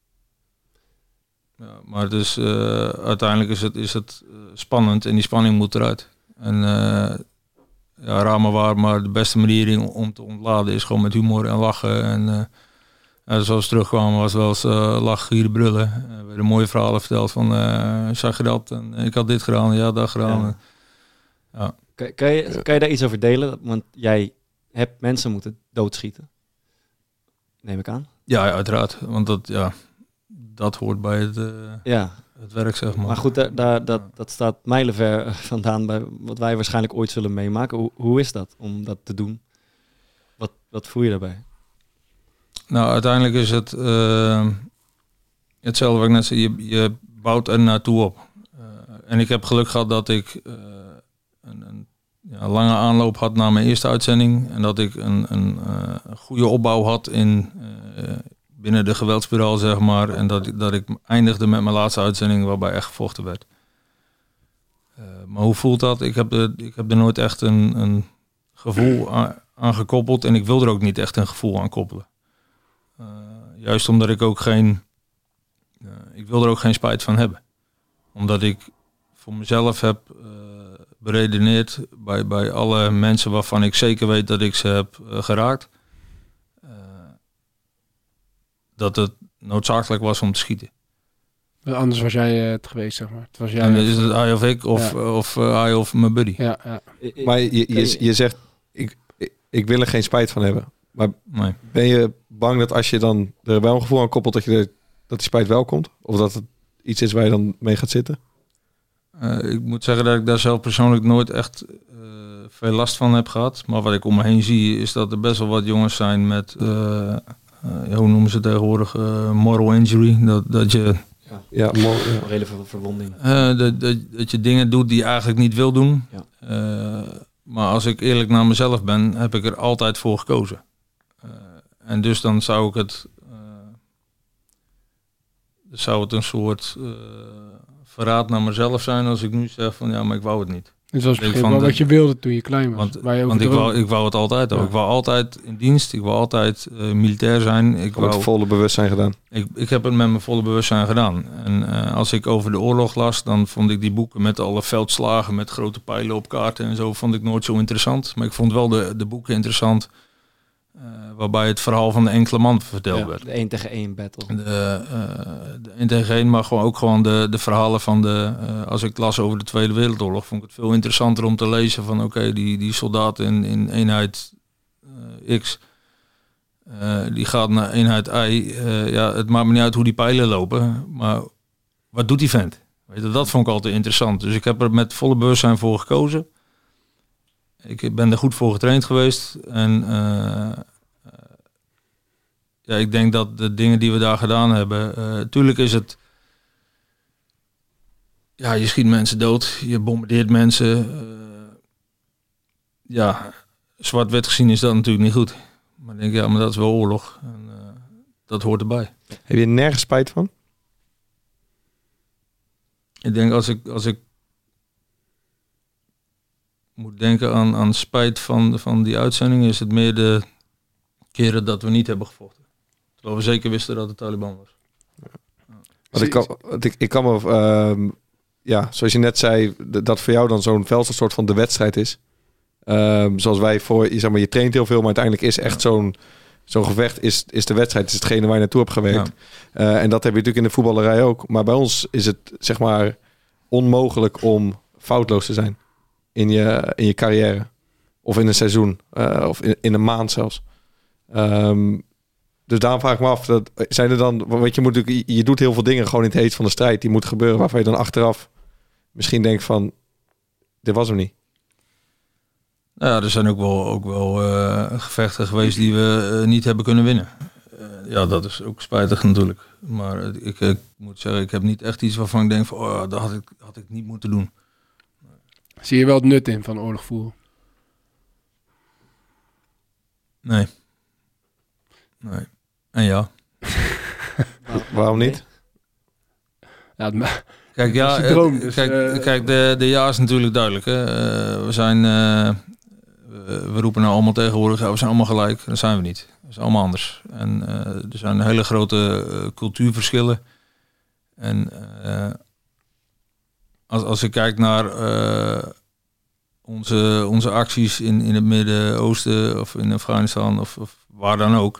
Maar dus uiteindelijk is het spannend en die spanning moet eruit. En raar maar waar, maar de beste manier om te ontladen is gewoon met humor en lachen. En zoals we terugkwamen was wel eens lachen, gieren, brullen. We werden mooie verhalen verteld van zag je dat? En ik had dit gedaan, ja, dat gedaan. Ja. Kan je daar iets over delen? Want jij hebt mensen moeten doodschieten. Neem ik aan. Ja, uiteraard. Want dat hoort bij het werk, zeg maar. Maar goed, dat staat mijlenver vandaan bij wat wij waarschijnlijk ooit zullen meemaken. Hoe is dat om dat te doen? Wat voel je daarbij? Nou, uiteindelijk is het hetzelfde wat ik net zei. Je bouwt er naartoe op. En ik heb geluk gehad dat ik een lange aanloop had na mijn eerste uitzending. En dat ik een goede opbouw had binnen de geweldsspiraal, zeg maar. En dat ik eindigde met mijn laatste uitzending waarbij echt gevochten werd. Maar hoe voelt dat? Ik heb er nooit echt een gevoel aan gekoppeld. En ik wil er ook niet echt een gevoel aan koppelen. Juist omdat ik ook ik wil er ook geen spijt van hebben. Omdat ik voor mezelf heb beredeneerd bij alle mensen waarvan ik zeker weet dat ik ze heb geraakt. Dat het noodzakelijk was om te schieten. Anders was jij het geweest, zeg maar. Het was jij en is het hij of ik of hij of mijn buddy. Ja. Maar je zegt, ik wil er geen spijt van hebben. Maar nee. Ben je bang dat als je dan er wel een gevoel aan koppelt, dat die spijt wel komt? Of dat het iets is waar je dan mee gaat zitten? Ik moet zeggen dat ik daar zelf persoonlijk nooit echt veel last van heb gehad. Maar wat ik om me heen zie is dat er best wel wat jongens zijn met, hoe noemen ze tegenwoordig, moral injury. Dat je... Morele verwonding. Dat je dingen doet die je eigenlijk niet wil doen. Ja. Maar als ik eerlijk naar mezelf ben, heb ik er altijd voor gekozen. En dus dan zou ik het... zou het een soort verraad naar mezelf zijn als ik nu zeg van ja, maar ik wou het niet. Dus dat was wel wat je wilde toen je klein was. Want ik wou het altijd ook. Ja. Ik wou altijd in dienst. Ik wou altijd militair zijn. Ik wou het volle bewustzijn gedaan. Ik heb het met mijn volle bewustzijn gedaan. En als ik over de oorlog las, dan vond ik die boeken met alle veldslagen, met grote pijlen op kaarten en zo, vond ik nooit zo interessant. Maar ik vond wel de boeken interessant. Waarbij het verhaal van de enkele man verteld werd. De 1 tegen 1 battle. De 1 tegen 1, maar ook gewoon de verhalen van als ik las over de Tweede Wereldoorlog, vond ik het veel interessanter om te lezen van oké, die soldaat in eenheid X, die gaat naar eenheid Y. Het maakt me niet uit hoe die pijlen lopen, maar wat doet die vent? Weet je, dat vond ik altijd interessant. Dus ik heb er met volle bewustzijn voor gekozen. Ik ben er goed voor getraind geweest. En ik denk dat de dingen die we daar gedaan hebben... Tuurlijk is het... Ja, je schiet mensen dood. Je bombardeert mensen. Zwart-wit gezien is dat natuurlijk niet goed. Maar ik denk, maar dat is wel oorlog. En dat hoort erbij. Heb je nergens spijt van? Ik denk als ik moet denken aan spijt van die uitzending, is het meer de keren dat we niet hebben gevochten. Terwijl we zeker wisten dat het Taliban was. Ik kan me, zoals je net zei, dat voor jou dan zo'n veld een soort van de wedstrijd is. Zoals wij je traint heel veel, maar uiteindelijk is echt zo'n gevecht is de wedstrijd, is hetgene waar je naartoe hebt gewerkt. Ja. En dat heb je natuurlijk in de voetballerij ook. Maar bij ons is het zeg maar onmogelijk om foutloos te zijn. In je carrière. Of in een seizoen. Of in een maand zelfs. Dus daarom vraag ik me af. Zijn er dan... Want je doet heel veel dingen gewoon in het heet van de strijd. Die moeten gebeuren. Waarvan je dan achteraf misschien denkt van... Dit was hem niet. Nou ja, er zijn ook wel gevechten geweest die we niet hebben kunnen winnen. Dat is ook spijtig natuurlijk. Maar ik moet zeggen, ik heb niet echt iets waarvan ik denk van... dat had ik niet moeten doen. Zie je wel het nut in van oorlog voeren? Nee. En ja. Waarom niet? Ja, kijk, de ja is natuurlijk duidelijk. Hè? We roepen nou allemaal tegenwoordig, we zijn allemaal gelijk. Dat zijn we niet. Dat is allemaal anders. En er zijn hele grote cultuurverschillen. En als ik kijk naar onze acties in het Midden-Oosten of in Afghanistan of waar dan ook.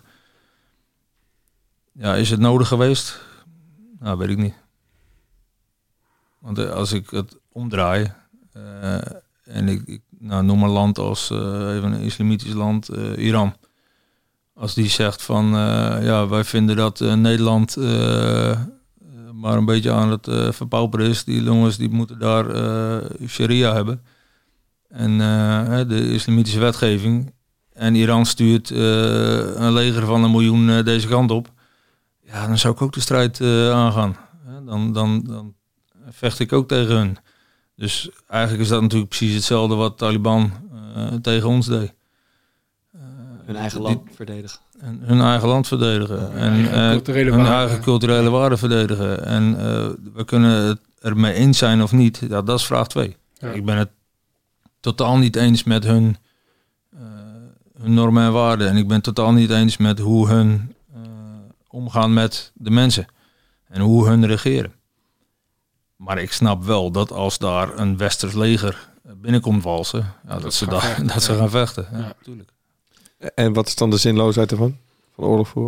Ja, is het nodig geweest? Nou, weet ik niet. Want als ik het omdraai en ik noem een land als even een islamitisch land, Iran. Als die zegt van wij vinden dat Nederland maar een beetje aan het verpauperen is. Die jongens die moeten daar sharia hebben. En de islamitische wetgeving. en Iran stuurt een leger van 1 miljoen deze kant op, ja, dan zou ik ook de strijd aangaan. Dan vecht ik ook tegen hun. Dus eigenlijk is dat natuurlijk precies hetzelfde wat Taliban tegen ons deed. Hun eigen land verdedigen. Hun eigen land verdedigen. En hun eigen culturele waarden verdedigen. En we kunnen het ermee eens zijn of niet. Ja, dat is vraag 2. Ja. Ik ben het totaal niet eens met hun normen en waarden. En ik ben het totaal niet eens met hoe hun omgaan met de mensen. En hoe hun regeren. Maar ik snap wel dat als daar een westers leger binnenkomt walsen, ja, dat ze gaan vechten. Ja, natuurlijk. En wat is dan de zinloosheid ervan? Van oorlog voeren?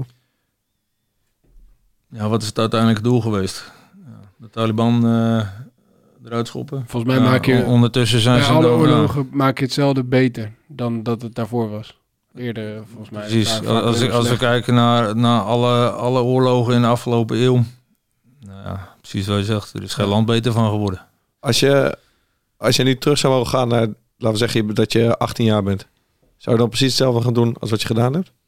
Ja, wat is het uiteindelijke doel geweest? Ja, de Taliban eruit schoppen. Volgens mij maak je... Ondertussen zijn ze... alle oorlogen maak je hetzelfde beter dan dat het daarvoor was. Eerder, volgens mij. Precies. Als we kijken naar alle oorlogen in de afgelopen eeuw. Nou ja, precies wat je zegt. Er is geen land beter van geworden. Als je nu terug zou mogen gaan naar, laten we zeggen dat je 18 jaar bent. Zou je dan precies hetzelfde gaan doen als wat je gedaan hebt?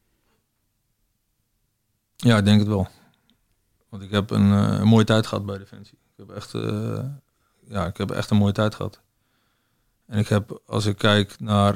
Ja, ik denk het wel. Want ik heb een mooie tijd gehad bij Defensie. Ik heb echt een mooie tijd gehad. En ik heb, als ik kijk naar...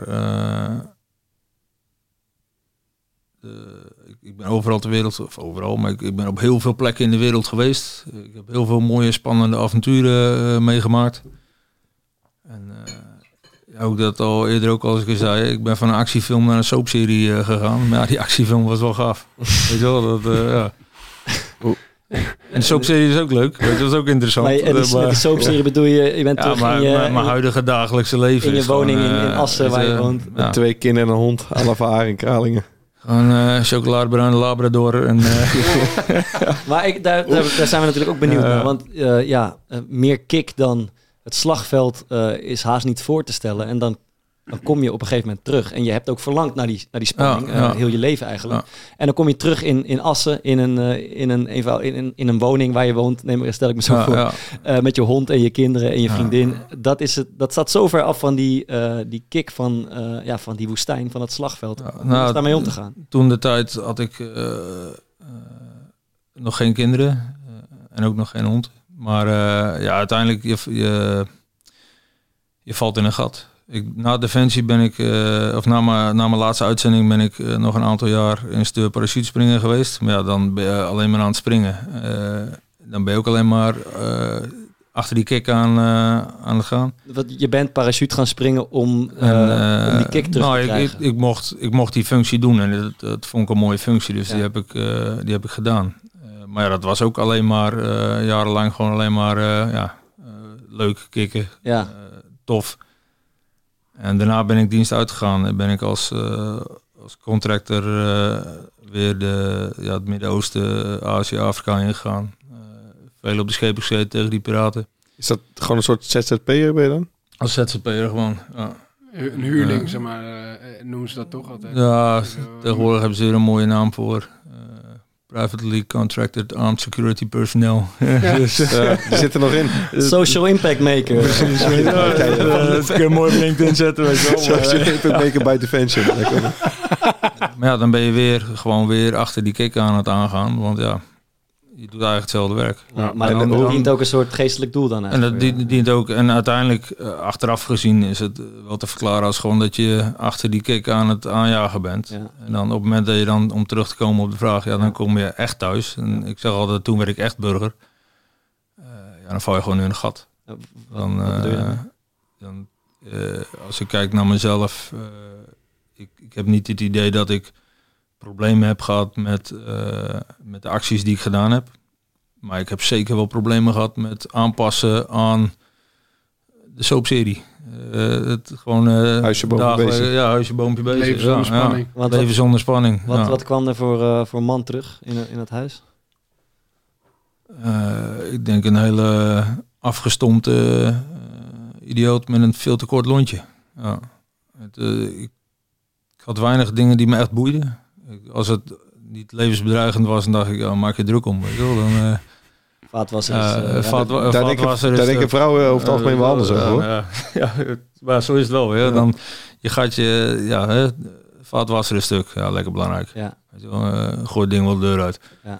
ik ben overal ter wereld, of overal, maar ik ben op heel veel plekken in de wereld geweest. Ik heb heel veel mooie, spannende avonturen meegemaakt. En ook dat al eerder ook als ik zei, ik ben van een actiefilm naar een soapserie gegaan. Maar ja, die actiefilm was wel gaaf. Weet je wel, dat ja. En de soapserie is ook leuk. Dat is ook interessant. Maar met de soapserie bedoel je bent terug in mijn huidige dagelijkse leven. In je woning in Assen waar je woont. Met 2 kinderen en een hond, à la Verhaar in Kralingen. Een chocoladebruine Labrador. En, Maar daar zijn we natuurlijk ook benieuwd naar. Want meer kick dan het slagveld is haast niet voor te stellen. En dan kom je op een gegeven moment terug. En je hebt ook verlangd naar die spanning. Heel je leven eigenlijk. Ja. En dan kom je terug in Assen. In een woning waar je woont. Stel ik me zo voor. Ja. Met je hond en je kinderen en je vriendin. Dat staat zo ver af van die kick van die woestijn. Van het slagveld. Hoe is daarmee om te gaan? Toen de tijd had ik nog geen kinderen. En ook nog geen hond. Maar uiteindelijk je valt in een gat. Na Defensie ben ik, na mijn laatste uitzending ben ik nog een aantal jaar instructeur parachutespringen geweest. Maar ja, dan ben je alleen maar aan het springen. Dan ben je ook alleen maar achter die kick aan het gaan. Je bent parachute gaan springen om die kick terug te krijgen? Ik mocht die functie doen en dat vond ik een mooie functie. Dus die heb ik gedaan. Maar ja, dat was ook alleen maar jarenlang gewoon alleen maar leuk kicken. Ja. Tof. En daarna ben ik dienst uitgegaan en ben ik als contractor weer het Midden-Oosten, Azië, Afrika ingegaan. Veel op de schepen gezeten tegen die piraten. Is dat gewoon een soort ZZP'er ben je dan? Als ZZP'er gewoon, ja. Een huurling, zeg maar, noemen ze dat toch altijd? Ja, tegenwoordig hebben ze er een mooie naam voor. Privately contracted armed security personnel. Dus, die zit er nog in. Social impact maker. Dat kan je mooi op LinkedIn zetten. Weet je wel. Social impact maker bij Defensie. Maar ja, dan ben je gewoon weer achter die kick aan het aangaan. Want ja, je doet eigenlijk hetzelfde werk. Ja, maar dat dient ook een soort geestelijk doel dan eigenlijk. En dat dient ook. En uiteindelijk, achteraf gezien, is het wel te verklaren als gewoon dat je achter die kick aan het aanjagen bent. Ja. En dan op het moment dat je dan, om terug te komen op de vraag, dan kom je echt thuis. En ik zeg altijd, toen werd ik echt burger. Dan val je gewoon in een gat. Dan, wat bedoel je dan? Als ik kijk naar mezelf, ik heb niet het idee dat ik problemen heb gehad met de acties die ik gedaan heb. Maar ik heb zeker wel problemen gehad met aanpassen aan de soapserie. Het gewoon huisje, boompje, bezig. Ja, huisje, boompje, bezig. Leven zonder spanning. Ja. Leven zonder spanning. Wat kwam er voor man terug in het huis? Ik denk een hele afgestompte idioot met een veel te kort lontje. Ja. Ik had weinig dingen die me echt boeiden. Als het niet levensbedreigend was, dan dacht ik, maak je druk om. Weet je wel, dan, daar denken vrouwen over het algemeen wel anders over, hoor. Maar zo is het wel. Ja. Dan, je gaat vaatwasser een stuk. Ja, lekker belangrijk. Ja. Weet je wel, gooi het ding wel de deur uit.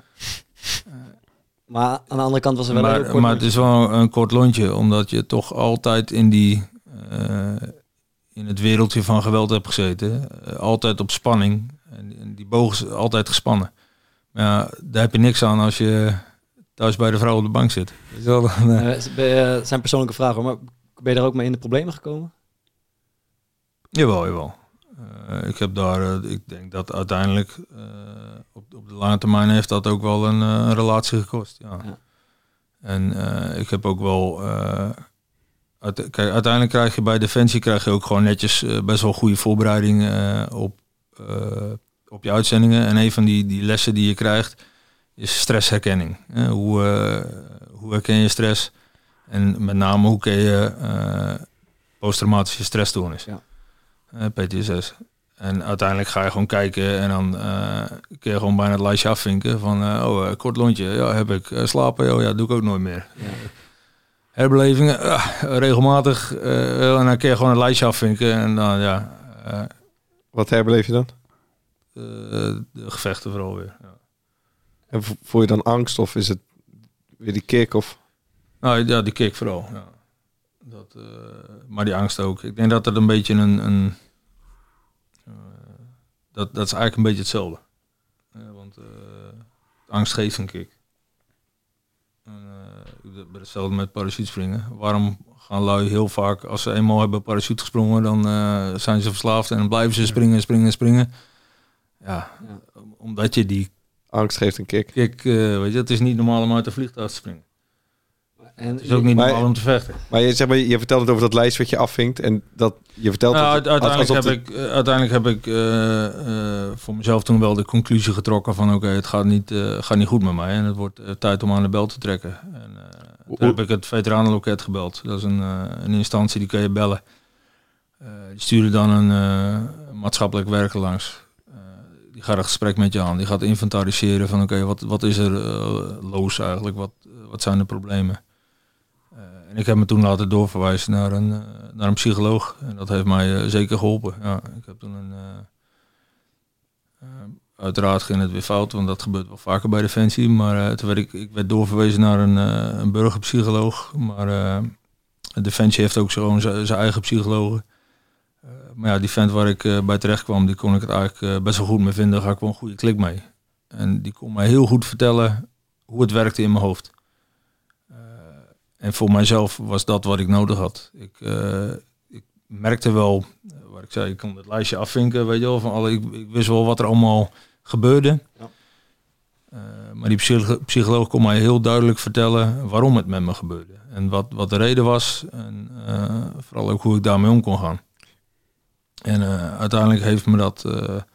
Maar aan de andere kant was er wel een heel kort Maar het is wel een kort lontje, omdat je toch altijd in het wereldje van geweld hebt gezeten. Altijd op spanning. En die boog is altijd gespannen. Maar ja, daar heb je niks aan als je thuis bij de vrouw op de bank zit. Weet je wel, dan, Het zijn persoonlijke vragen, hoor, maar ben je daar ook mee in de problemen gekomen? Jawel. Ik heb daar, ik denk dat uiteindelijk op de lange termijn heeft dat ook wel een relatie gekost. Ja. En ik heb ook wel, kijk, uiteindelijk krijg je bij Defensie ook gewoon netjes best wel goede voorbereiding op je uitzendingen. En een van die lessen die je krijgt is stressherkenning. Hoe herken je stress? En met name hoe ken je posttraumatische stressstoornis? Ja. PTSS. En uiteindelijk ga je gewoon kijken en dan kun je gewoon bijna het lijstje afvinken van kort lontje, ja, heb ik. Slapen, ja, doe ik ook nooit meer. Ja. Herbelevingen, regelmatig. En dan kun je gewoon het lijstje afvinken en dan, ja. Wat herbeleef je dan? De gevechten vooral weer. Ja. En voel je dan angst of is het weer die kick? Of? Nou ja, die kick vooral. Ja. Maar die angst ook. Ik denk dat het een beetje dat is eigenlijk een beetje hetzelfde. Want angst geeft een kick. Ik ben hetzelfde met parachutespringen. Waarom gaan lui heel vaak, als ze eenmaal hebben parachute gesprongen, dan zijn ze verslaafd en dan blijven ze springen. Ja, omdat je die angst geeft een kick. Weet je, het is niet normaal om uit de vliegtuig te springen. En het is ook niet normaal om te vechten. Maar je vertelt het over dat lijst wat je afvinkt en dat je vertelt. Uiteindelijk heb ik voor mezelf toen wel de conclusie getrokken van oké, het gaat niet goed met mij en het wordt tijd om aan de bel te trekken. En toen heb ik het veteranenloket gebeld. Dat is een instantie die kan je bellen. Die sturen dan een maatschappelijk werker langs. Die gaat een gesprek met je aan. Die gaat inventariseren van oké, wat is er los eigenlijk? Wat zijn de problemen? En ik heb me toen laten doorverwijzen naar een psycholoog. En dat heeft mij zeker geholpen. Ja, ik heb toen uiteraard ging het weer fout, want dat gebeurt wel vaker bij Defensie. Maar toen werd ik werd doorverwezen naar een burgerpsycholoog. Maar Defensie heeft ook gewoon zijn eigen psychologen. Maar ja, die vent waar ik bij terecht kwam, die kon ik het eigenlijk best wel goed mee vinden. Daar ga ik wel een goede klik mee. En die kon mij heel goed vertellen hoe het werkte in mijn hoofd. En voor mijzelf was dat wat ik nodig had. Ik merkte wel, waar ik zei, ik kon het lijstje afvinken, weet je wel, van ik wist wel wat er allemaal gebeurde. Ja. Maar die psycholoog kon mij heel duidelijk vertellen waarom het met me gebeurde. En wat de reden was. En vooral ook hoe ik daarmee om kon gaan. En uiteindelijk heeft me dat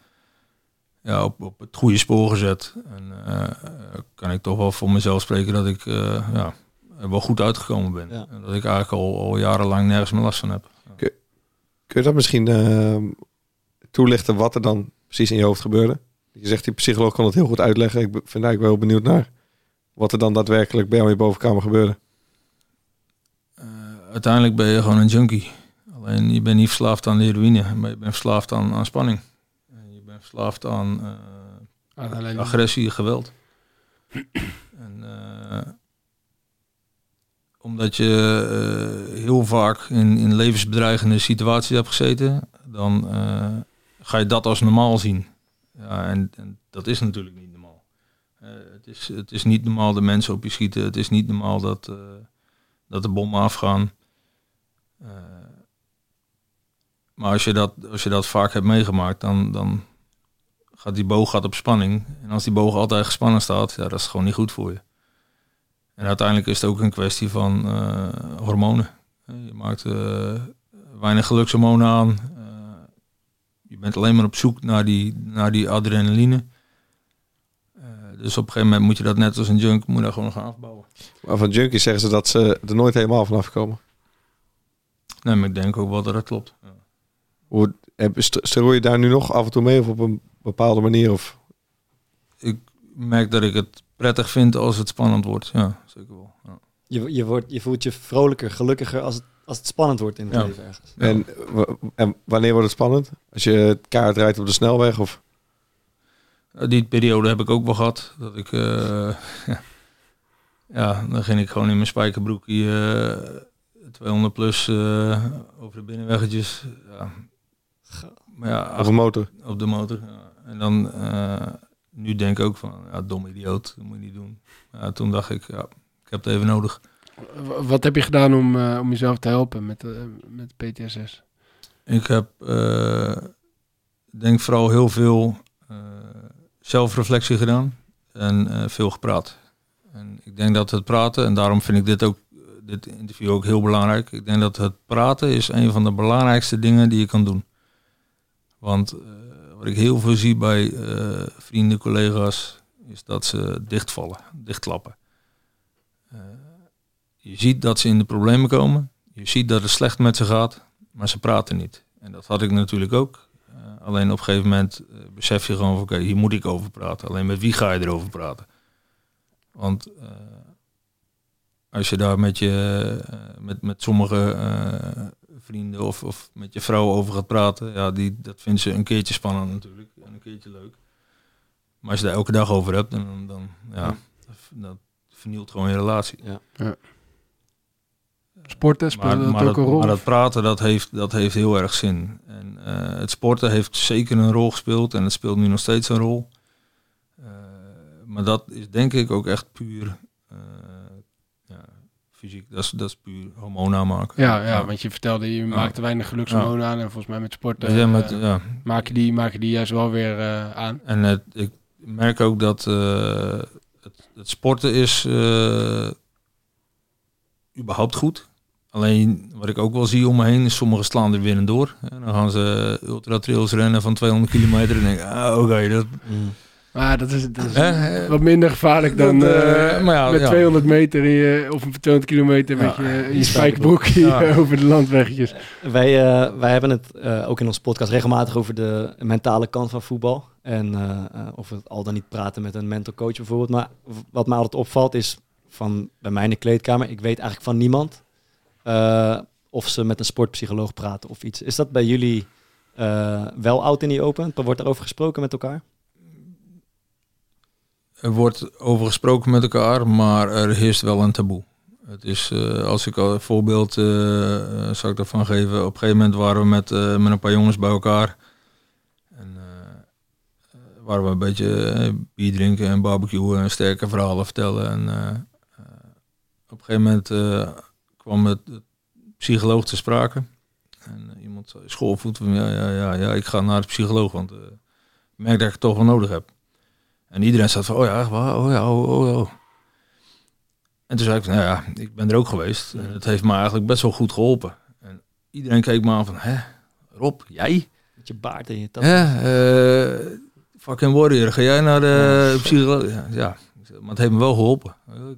op het goede spoor gezet. En kan ik toch wel voor mezelf spreken dat ik er wel goed uitgekomen ben. Ja. En dat ik eigenlijk al jarenlang nergens meer last van heb. Ja. Kun je dat misschien toelichten wat er dan precies in je hoofd gebeurde? Je zegt, die psycholoog kan het heel goed uitleggen. Ik ben eigenlijk wel benieuwd naar wat er dan daadwerkelijk bij jou in je bovenkamer gebeurde. Uiteindelijk ben je gewoon een junkie. Alleen je bent niet verslaafd aan de heroïne, maar je bent verslaafd aan spanning. Je bent verslaafd aan agressie, geweld. En omdat je heel vaak in levensbedreigende situaties hebt gezeten, dan ga je dat als normaal zien. Ja, en dat is natuurlijk niet normaal. Het is niet normaal dat mensen op je schieten. Het is niet normaal dat de bommen afgaan. Maar als je dat vaak hebt meegemaakt, dan gaat die boog op spanning. En als die boog altijd gespannen staat, ja, dat is gewoon niet goed voor je. En uiteindelijk is het ook een kwestie van hormonen. Je maakt weinig gelukshormonen aan. Je bent alleen maar op zoek naar die adrenaline. Dus op een gegeven moment moet je dat net als een junk moet je gewoon gaan afbouwen. Maar van junkies zeggen ze dat ze er nooit helemaal vanaf komen. Nee, maar ik denk ook wel dat dat klopt. Ja. Sterooi je daar nu nog af en toe mee of op een bepaalde manier? Of? Ik merk dat ik het prettig vind als het spannend wordt. Ja, zeker wel. Ja. Je voelt je vrolijker, gelukkiger als het Als het spannend wordt in het leven ergens. En wanneer wordt het spannend? Als je het kaart rijdt op de snelweg? Of? Die periode heb ik ook wel gehad. Dat ik, dan ging ik gewoon in mijn spijkerbroekje 200 plus over de binnenweggetjes. Ja. Maar ja, Op een motor? Op de motor, ja. En dan, nu denk ik ook van, dom idioot, dat moet je niet doen. Ja, toen dacht ik, ik heb het even nodig. Wat heb je gedaan om jezelf te helpen met PTSS? Ik heb, denk vooral heel veel zelfreflectie gedaan en veel gepraat. En ik denk dat het praten, en daarom vind ik dit interview ook heel belangrijk. Ik denk dat het praten is een van de belangrijkste dingen die je kan doen. Want wat ik heel veel zie bij vrienden, collega's, is dat ze dichtklappen. Je ziet dat ze in de problemen komen. Je ziet dat het slecht met ze gaat, maar ze praten niet. En dat had ik natuurlijk ook. Alleen op een gegeven moment besef je gewoon van oké, hier moet ik over praten. Alleen met wie ga je erover praten? Want als je daar met sommige vrienden of met je vrouw over gaat praten, dat vindt ze een keertje spannend natuurlijk en een keertje leuk. Maar als je daar elke dag over hebt, dan dat vernielt gewoon je relatie. Ja. Sporten speelt ook een rol. Maar dat praten, dat heeft heel erg zin. En het sporten heeft zeker een rol gespeeld en het speelt nu nog steeds een rol. Maar dat is denk ik ook echt puur fysiek. Dat is puur hormonen aanmaken. Ja, want je vertelde, je maakte weinig gelukshormonen aan. En volgens mij met sporten maken die juist wel weer aan. En ik merk ook dat het sporten is überhaupt goed. Alleen wat ik ook wel zie om me heen is sommigen slaan er weer en door. Dan gaan ze ultra trails rennen van 200 kilometer en denk ik, oké, dat... Maar dat is wat minder gevaarlijk dan met 200 meter of 200 kilometer met je spijkerbroekje over de landweggetjes. Wij hebben het ook in onze podcast regelmatig over de mentale kant van voetbal. En of we het al dan niet praten met een mental coach bijvoorbeeld. Maar wat mij altijd opvalt is van bij mij in de kleedkamer, ik weet eigenlijk van niemand of ze met een sportpsycholoog praten of iets. Is dat bij jullie wel out in the open? Wordt daarover gesproken met elkaar? Er wordt over gesproken met elkaar, maar er heerst wel een taboe. Het is, als ik al een voorbeeld zou ik daarvan geven. Op een gegeven moment waren we met een paar jongens bij elkaar. En waren we een beetje bier drinken en barbecuen en sterke verhalen vertellen. En op een gegeven moment kwam het psycholoog te sprake. En iemand zei, schoolvoet van ja, ik ga naar de psycholoog, want ik merk dat ik het toch wel nodig heb. En iedereen zat van, oh. En toen zei ik van, ik ben er ook geweest. En het heeft me eigenlijk best wel goed geholpen. En iedereen keek me aan van, Rob, jij? Met je baard en je tas. Fucking warrior, ga jij naar de psycholoog? Ja, maar het heeft me wel geholpen.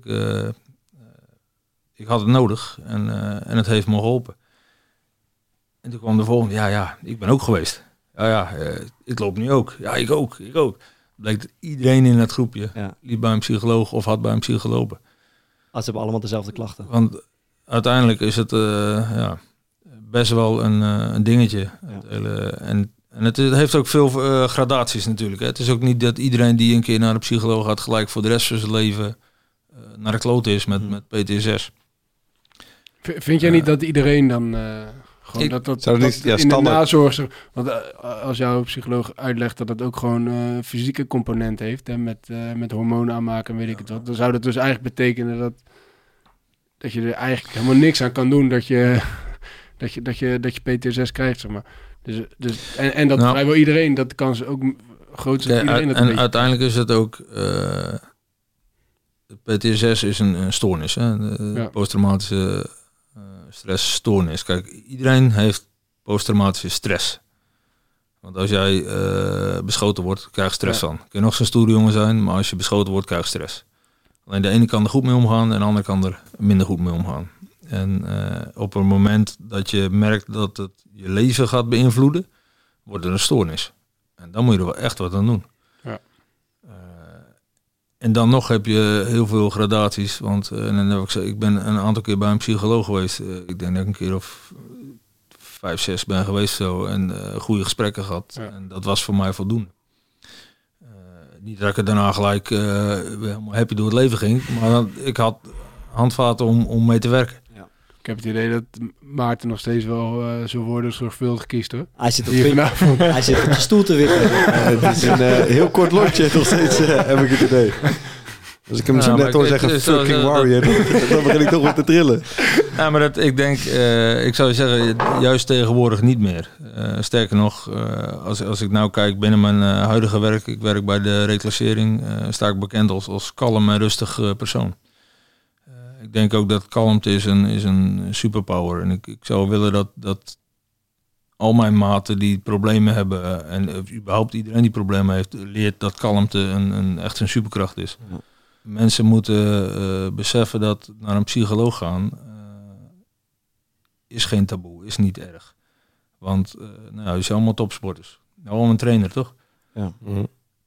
Ik had het nodig en het heeft me geholpen. En toen kwam de volgende, ik ben ook geweest. Ik loop nu ook. Ja, ik ook. Bleek dat iedereen in het groepje liep bij een psycholoog of had bij een psycholoog lopen. Ze hebben allemaal dezelfde klachten. Want uiteindelijk is het best wel een dingetje. Ja. En het heeft ook veel gradaties natuurlijk. Hè. Het is ook niet dat iedereen die een keer naar de psycholoog gaat gelijk voor de rest van zijn leven naar de kloot is met PTSS. Vind jij niet dat iedereen dan... Gewoon dat in de nazorg... Want als jouw psycholoog uitlegt dat het ook gewoon fysieke component heeft... en met hormonen aanmaken en weet ik het wat... dan zou dat dus eigenlijk betekenen dat je er eigenlijk helemaal niks aan kan doen... dat je PTSS krijgt, zeg maar. Dus, en dat vrijwel iedereen, dat kan ze ook groot zijn. Iedereen dat en uiteindelijk is het ook... PTSS is een stoornis, hè? Posttraumatische... stressstoornis. Kijk, iedereen heeft posttraumatische stress. Want als jij beschoten wordt, krijg je stress van. Kun je nog zo'n stoere jongen zijn, maar als je beschoten wordt, krijg je stress. Alleen de ene kan er goed mee omgaan en de andere kan er minder goed mee omgaan. En op een moment dat je merkt dat het je leven gaat beïnvloeden, wordt er een stoornis. En dan moet je er wel echt wat aan doen. Ja. En dan nog heb je heel veel gradaties. Want ik ben een aantal keer bij een psycholoog geweest. Ik denk dat ik een keer of 5, 6 ben geweest zo. En goede gesprekken gehad. Ja. En dat was voor mij voldoende. Niet dat ik er daarna gelijk helemaal happy door het leven ging. Maar ik had handvaten om mee te werken. Ja. Ik heb het idee dat Maarten nog steeds wel zijn woorden zorgvuldig kiest, hoor. Hij zit op je stoel te wippen. Het is een heel kort lotje nog steeds, heb ik het idee. Als ik hem zo net hoor zeggen, fucking warrior, dan begin ik toch weer te trillen. Ja, maar ik zou zeggen, juist tegenwoordig niet meer. Sterker nog, als ik nou kijk binnen mijn huidige werk, ik werk bij de reclassering, sta ik bekend als kalm en rustig persoon. Ik denk ook dat kalmte is een superpower. En ik zou willen dat al mijn maten die problemen hebben, en überhaupt iedereen die problemen heeft, leert dat kalmte echt een superkracht is. Ja. Mensen moeten beseffen dat naar een psycholoog gaan is geen taboe, is niet erg. Want je zijn allemaal topsporters. Allemaal een trainer, toch? Ja. Mm-hmm.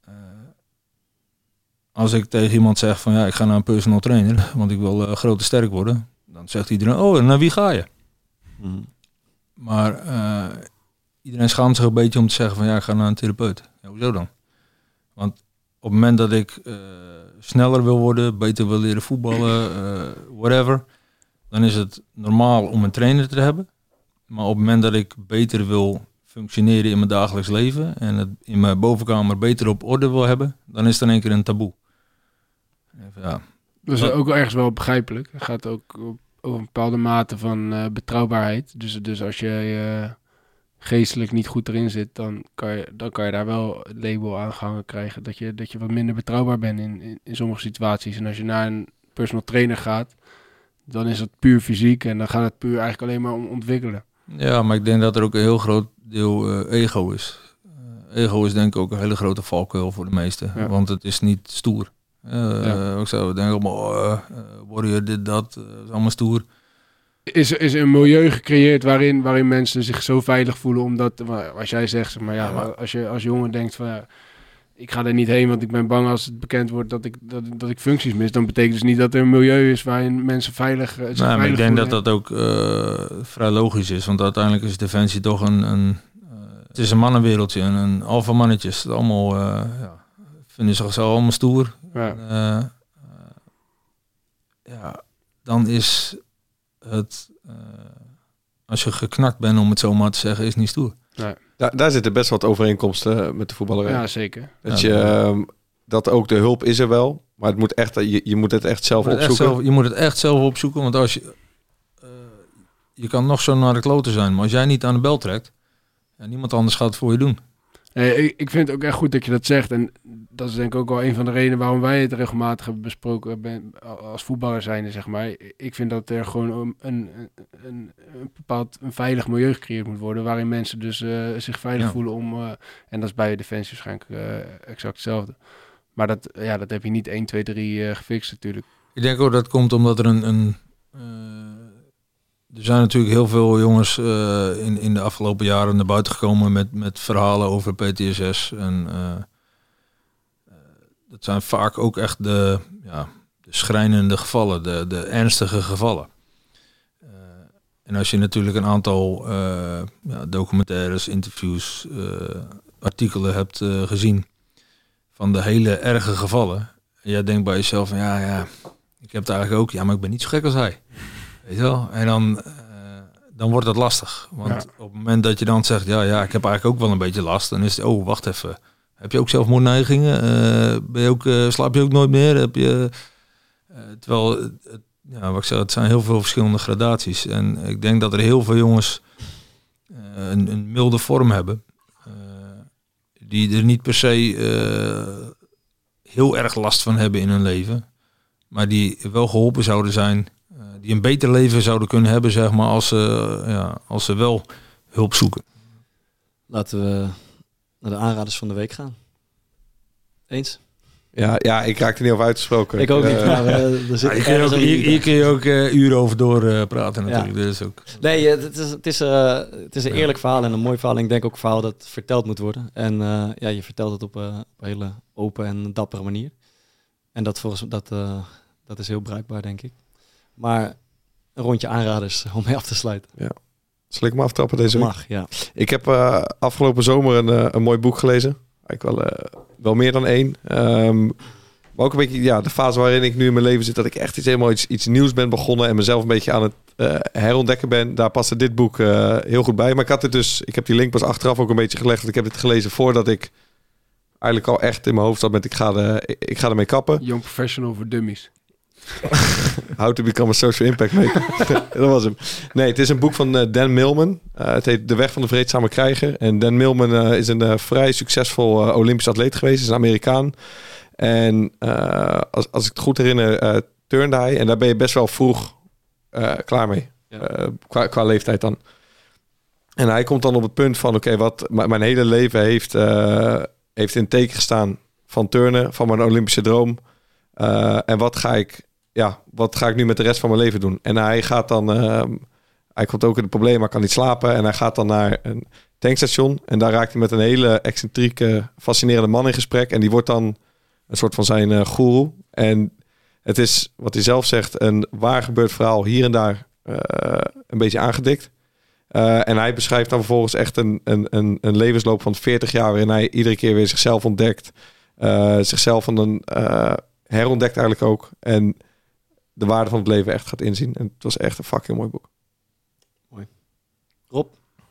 Als ik tegen iemand zeg van ik ga naar een personal trainer, want ik wil groot en sterk worden, dan zegt iedereen, naar wie ga je? Mm. Maar iedereen schaamt zich een beetje om te zeggen van ik ga naar een therapeut. Ja, hoezo dan? Want op het moment dat ik sneller wil worden, beter wil leren voetballen, whatever, dan is het normaal om een trainer te hebben. Maar op het moment dat ik beter wil functioneren in mijn dagelijks leven en het in mijn bovenkamer beter op orde wil hebben, dan is het in één keer een taboe. Ja. Dat is ook ergens wel begrijpelijk. Het gaat ook over een bepaalde mate van betrouwbaarheid. Dus als je geestelijk niet goed erin zit, dan kan je daar wel het label aan gehangen krijgen dat je wat minder betrouwbaar bent in sommige situaties. En als je naar een personal trainer gaat, dan is het puur fysiek en dan gaat het puur eigenlijk alleen maar om ontwikkelen. Ja, maar ik denk dat er ook een heel groot deel ego is. Ego is denk ik ook een hele grote valkuil voor de meesten, want het is niet stoer. Ik zou denken, warrior dit, dat, is allemaal stoer. Is een milieu gecreëerd waarin mensen zich zo veilig voelen, omdat, als jij zegt, zeg maar, als je als jongen denkt van, ik ga er niet heen, want ik ben bang als het bekend wordt dat ik functies mis, dan betekent dus niet dat er een milieu is waarin mensen veilig maar ik denk dat dat ook vrij logisch is, want uiteindelijk is Defensie toch het is een mannenwereldje, een alpha mannetjes, allemaal vinden zichzelf allemaal stoer. Ja. Dan is het, als je geknakt bent, om het zo maar te zeggen, is niet stoer. Nee. Daar zitten best wat overeenkomsten met de voetballerij. Ja, zeker. Dat ook de hulp is er wel, maar het moet echt, je moet het echt zelf opzoeken. Je moet het echt zelf opzoeken, want als je kan nog zo naar de kloten zijn, maar als jij niet aan de bel trekt, niemand anders gaat het voor je doen. Ik vind het ook echt goed dat je dat zegt. En dat is denk ik ook wel een van de redenen waarom wij het regelmatig hebben besproken als voetballer zijnde, zeg maar. Ik vind dat er gewoon een veilig milieu gecreëerd moet worden, waarin mensen dus zich veilig voelen om... en dat is bij Defensie waarschijnlijk exact hetzelfde. Maar dat heb je niet 1, 2, 3 gefixt natuurlijk. Ik denk ook dat komt omdat er er zijn natuurlijk heel veel jongens in de afgelopen jaren naar buiten gekomen met verhalen over PTSS. En dat zijn vaak ook echt de schrijnende gevallen, de ernstige gevallen. En als je natuurlijk een aantal documentaires, interviews, artikelen hebt gezien van de hele erge gevallen. En jij denkt bij jezelf van ik heb het eigenlijk ook, maar ik ben niet zo gek als hij. Weet je wel? En dan wordt dat lastig. Want op het moment dat je dan zegt, ik heb eigenlijk ook wel een beetje last, dan is het, wacht even. Heb je ook zelfmoordneigingen? Slaap je ook nooit meer? Heb je, terwijl, wat ik zeg, het zijn heel veel verschillende gradaties. En ik denk dat er heel veel jongens een milde vorm hebben. Die er niet per se heel erg last van hebben in hun leven. Maar die wel geholpen zouden zijn. Die een beter leven zouden kunnen hebben, zeg maar, als ze wel hulp zoeken. Laten we naar de aanraders van de week gaan. Eens? Ja, ik raak er niet over uitgesproken. Ik ook niet. Hier kun je ook uren over doorpraten natuurlijk. Dus ook. Nee, het is een eerlijk verhaal en een mooi verhaal. En ik denk ook een verhaal dat verteld moet worden. En je vertelt het op een hele open en dappere manier. En dat is heel bruikbaar, denk ik. Maar een rondje aanraders om mee af te sluiten. Ja. Zal ik me aftrappen deze week? Mag, ja. Ik heb afgelopen zomer een mooi boek gelezen. Eigenlijk wel meer dan 1. Maar ook een beetje de fase waarin ik nu in mijn leven zit, dat ik echt iets nieuws ben begonnen en mezelf een beetje aan het herontdekken ben. Daar paste dit boek heel goed bij. Maar ik heb die link pas achteraf ook een beetje gelegd. Want ik heb dit gelezen voordat ik eigenlijk al echt in mijn hoofd zat met ik ga ermee kappen. Young Professional voor Dummies. How to become a social impact maker. Dat was hem. Nee, het is een boek van Dan Millman. Het heet De Weg van de Vreedzame Krijger. En Dan Millman is een vrij succesvol Olympisch atleet geweest. Is een Amerikaan. En als ik het goed herinner, turnde hij. En daar ben je best wel vroeg klaar mee. Ja. Qua leeftijd dan. En hij komt dan op het punt van... wat mijn hele leven heeft in het teken gestaan van turnen. Van mijn Olympische droom. En wat ga ik nu met de rest van mijn leven doen? En hij gaat dan... hij komt ook in het probleem, maar kan niet slapen. En hij gaat dan naar een tankstation. En daar raakt hij met een hele excentrieke, fascinerende man in gesprek. En die wordt dan een soort van zijn goeroe. En het is, wat hij zelf zegt, een waar gebeurd verhaal hier en daar een beetje aangedikt. En hij beschrijft dan vervolgens echt een levensloop van 40 jaar... waarin hij iedere keer weer zichzelf ontdekt. Zichzelf herontdekt eigenlijk ook. En de waarde van het leven echt gaat inzien. En het was echt een fucking mooi boek. Mooi. Rob?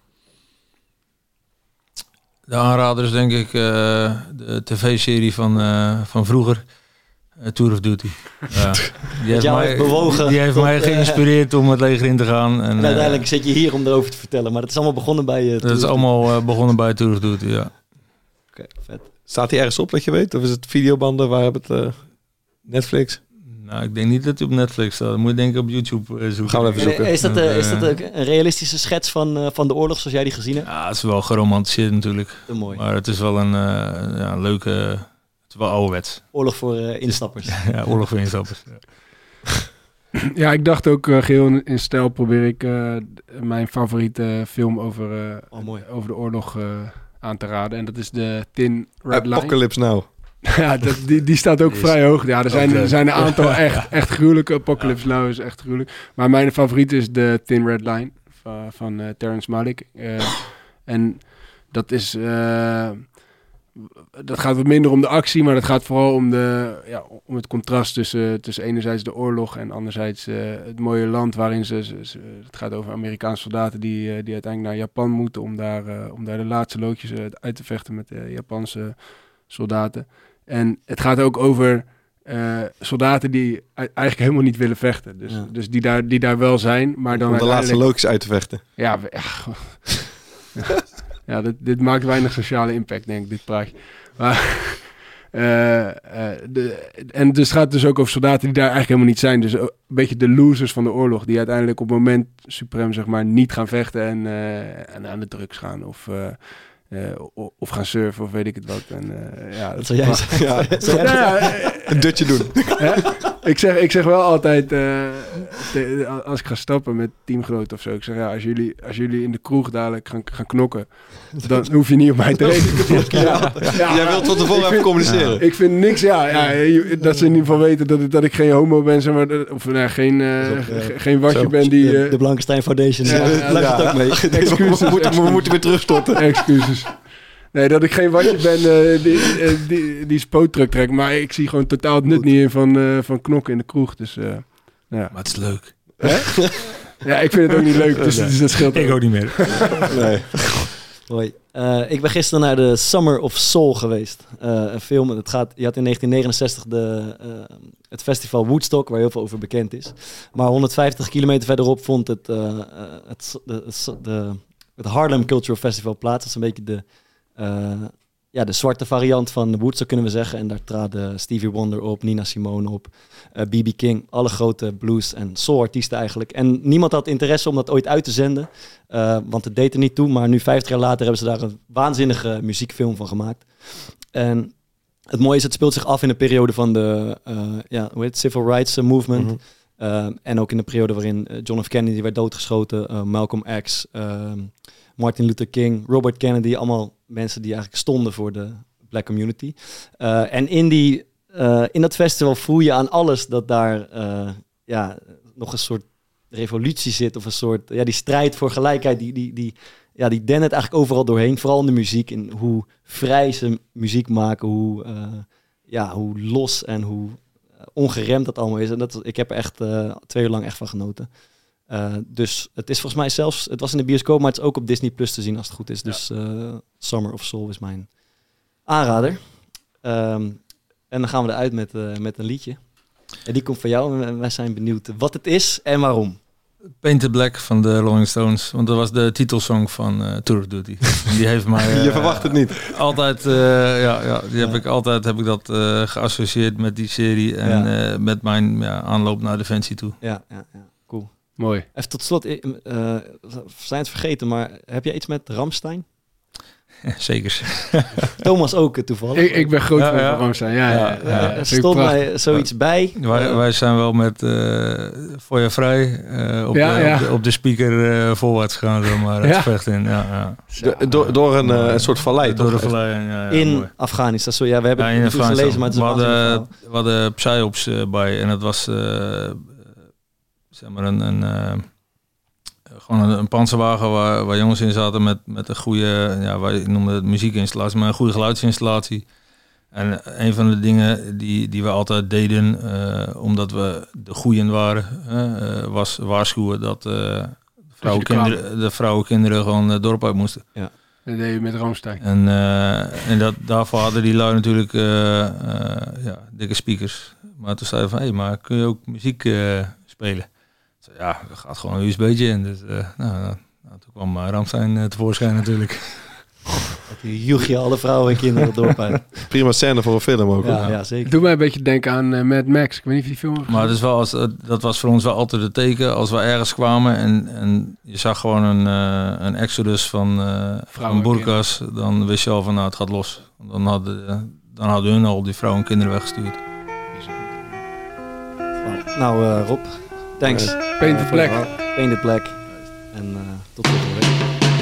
De aanraders denk ik de tv-serie van vroeger. Tour of Duty. Ja. Die heeft mij geïnspireerd om het leger in te gaan. En uiteindelijk zit je hier om erover te vertellen. Maar dat is allemaal begonnen bij... dat is allemaal begonnen bij Tour of Duty, ja. Oké, vet. Staat hij ergens op dat je weet? Of is het videobanden? Waar heb het Netflix? Nou, ik denk niet dat hij op Netflix staat. Dat moet je denk ik op YouTube zoeken. Gaan we even zoeken. Is dat ook een realistische schets van de oorlog zoals jij die gezien hebt? Ja, het is wel geromantiseerd natuurlijk. Te mooi. Maar het is wel een leuke... Het is wel ouderwets. Oorlog voor instappers. Ja, oorlog voor instappers. Ja. Ja, ik dacht ook geheel in stijl probeer ik mijn favoriete film over de oorlog aan te raden. En dat is de Thin Red Line. Apocalypse Now. Ja, die staat ook vrij hoog. Ja, er zijn een aantal echt gruwelijke. Apocalypse Now is echt gruwelijk. Maar mijn favoriet is de Thin Red Line van Terrence Malick. En dat is... dat gaat wat minder om de actie, maar dat gaat vooral om het contrast tussen enerzijds de oorlog en anderzijds het mooie land waarin het gaat over Amerikaanse soldaten die uiteindelijk naar Japan moeten om daar de laatste loodjes uit te vechten met de Japanse soldaten. En het gaat ook over soldaten die eigenlijk helemaal niet willen vechten. Dus die daar wel zijn, maar dan om de laatste loodjes uit te vechten. Ja. Ja, dit maakt weinig sociale impact, denk ik, dit praatje. Maar, en dus het gaat dus ook over soldaten die daar eigenlijk helemaal niet zijn. Dus een beetje de losers van de oorlog, die uiteindelijk op het moment suprem, zeg maar, niet gaan vechten en aan de drugs gaan of gaan surfen of weet ik het wat. En, dat zou jij zeggen. Een dutje doen. Ik zeg wel altijd, als ik ga stappen met teamgenoten of zo, ik zeg als jullie in de kroeg dadelijk gaan knokken, dan hoef je niet op mij te rekenen. Jij wilt tot tevoren even communiceren. Ik vind niks, dat ze in ieder geval weten dat ik geen homo ben, zeg maar, of geen wasje ben die... de Blankenstein Foundation, blijft het ook mee. Excuses. We moeten weer terugstorten. Excuses. Nee, dat ik geen watje ben die spoottruck trekt. Maar ik zie gewoon totaal het nut niet in van knokken in de kroeg. Dus, ja. Maar het is leuk. Ja, ik vind het ook niet leuk. Dus dat scheelt ik ook niet meer. Nee. Hoi. Ik ben gisteren naar de Summer of Soul geweest. Een film. Je had in 1969 het festival Woodstock, waar heel veel over bekend is. Maar 150 kilometer verderop vond het Harlem Cultural Festival plaats. Dat is een beetje de zwarte variant van Woodstock, kunnen we zeggen. En daar traden Stevie Wonder op, Nina Simone op, B.B. King. Alle grote blues- en soul-artiesten eigenlijk. En niemand had interesse om dat ooit uit te zenden. Want het deed er niet toe. Maar nu 50 jaar later hebben ze daar een waanzinnige muziekfilm van gemaakt. En het mooie is, het speelt zich af in de periode van de Civil Rights Movement. Mm-hmm. En ook in de periode waarin John F. Kennedy werd doodgeschoten. Malcolm X, Martin Luther King, Robert Kennedy. Allemaal mensen die eigenlijk stonden voor de black community. En in die in dat festival voel je aan alles dat daar nog een soort revolutie zit. Of een soort, die strijd voor gelijkheid, die dendert eigenlijk overal doorheen. Vooral in de muziek. En hoe vrij ze muziek maken. Hoe los en hoe ongeremd dat allemaal is. En ik heb er echt 2 uur lang echt van genoten. Dus het is volgens mij zelfs... Het was in de bioscoop, maar het is ook op Disney Plus te zien als het goed is. Dus Summer of Soul is mijn aanrader. En dan gaan we eruit met een liedje. En die komt van jou en wij zijn benieuwd wat het is en waarom. Painted Black van de Rolling Stones. Want dat was de titelsong van Tour of Duty. Die heeft mij... Je verwacht het niet. Altijd, heb ik dat geassocieerd met die serie. En met mijn aanloop naar Defensie toe. Ja, cool. Mooi. Even tot slot, we zijn het vergeten, maar heb jij iets met Rammstein? Zeker. Thomas ook toevallig. Ik ben groot van Rammstein. Er stond mij zoiets bij. Wij zijn wel met voor je vrij op de speaker voorwaarts gegaan, maar het vecht in. Door een soort vallei. Door de vallei. In mooi. Afghanistan. We hebben het niet gelezen, maar het is we hadden psyops bij en het was zeg maar gewoon een panzerwagen waar jongens in zaten met een goede, wij noemen het muziekinstallatie, maar een goede geluidsinstallatie. En een van de dingen die we altijd deden, omdat we de goeien waren, was waarschuwen dat de vrouwen kinderen gewoon het dorp uit moesten. Ja, dat deed je met Rammstein. En daarvoor hadden die lui natuurlijk dikke speakers. Maar toen zeiden van, maar kun je ook muziek spelen? Ja, er gaat gewoon een USB'tje in. Dus toen kwam Rammstein tevoorschijn natuurlijk. Die joeg je alle vrouwen en kinderen dorp uit. Prima scène voor een film ook. Ja, zeker. Doe mij een beetje denken aan Mad Max. Ik weet niet of die film... Maar het is wel dat was voor ons wel altijd het teken. Als we ergens kwamen en je zag gewoon een exodus van burkas, dan wist je al van het gaat los. Dan hadden hun al die vrouwen en kinderen weggestuurd. Nou Rob, thanks. Painted Black. Painted Black. En tot volgende week.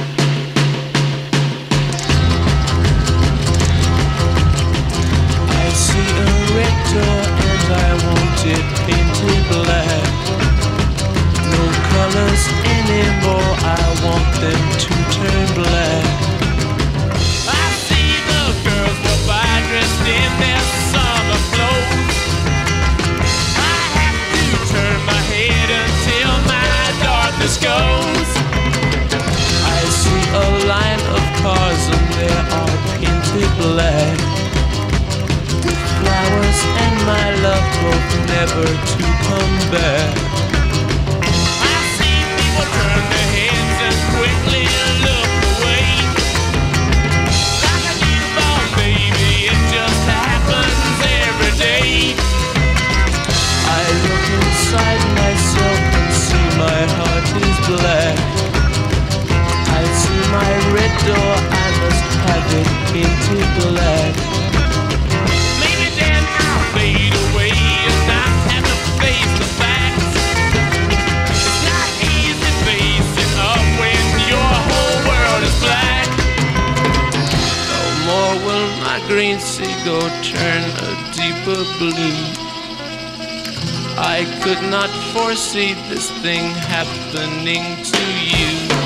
I see a red door and I want it painted black. No colors anymore, I want them to turn black. I see the girls go by dressed in their summer clothes. I have to turn my head until my darkness goes. I see a line of cars and they are painted black. Flowers and my love hope never to come back. I see people turn their heads and quickly look away. Like a newborn baby, it just happens every day. I look inside myself and see my heart is black. I see my red door, I must have it painted black. Fade away and not have to face the facts. It's not easy facing up when your whole world is black. No more will my green seagull turn a deeper blue. I could not foresee this thing happening to you.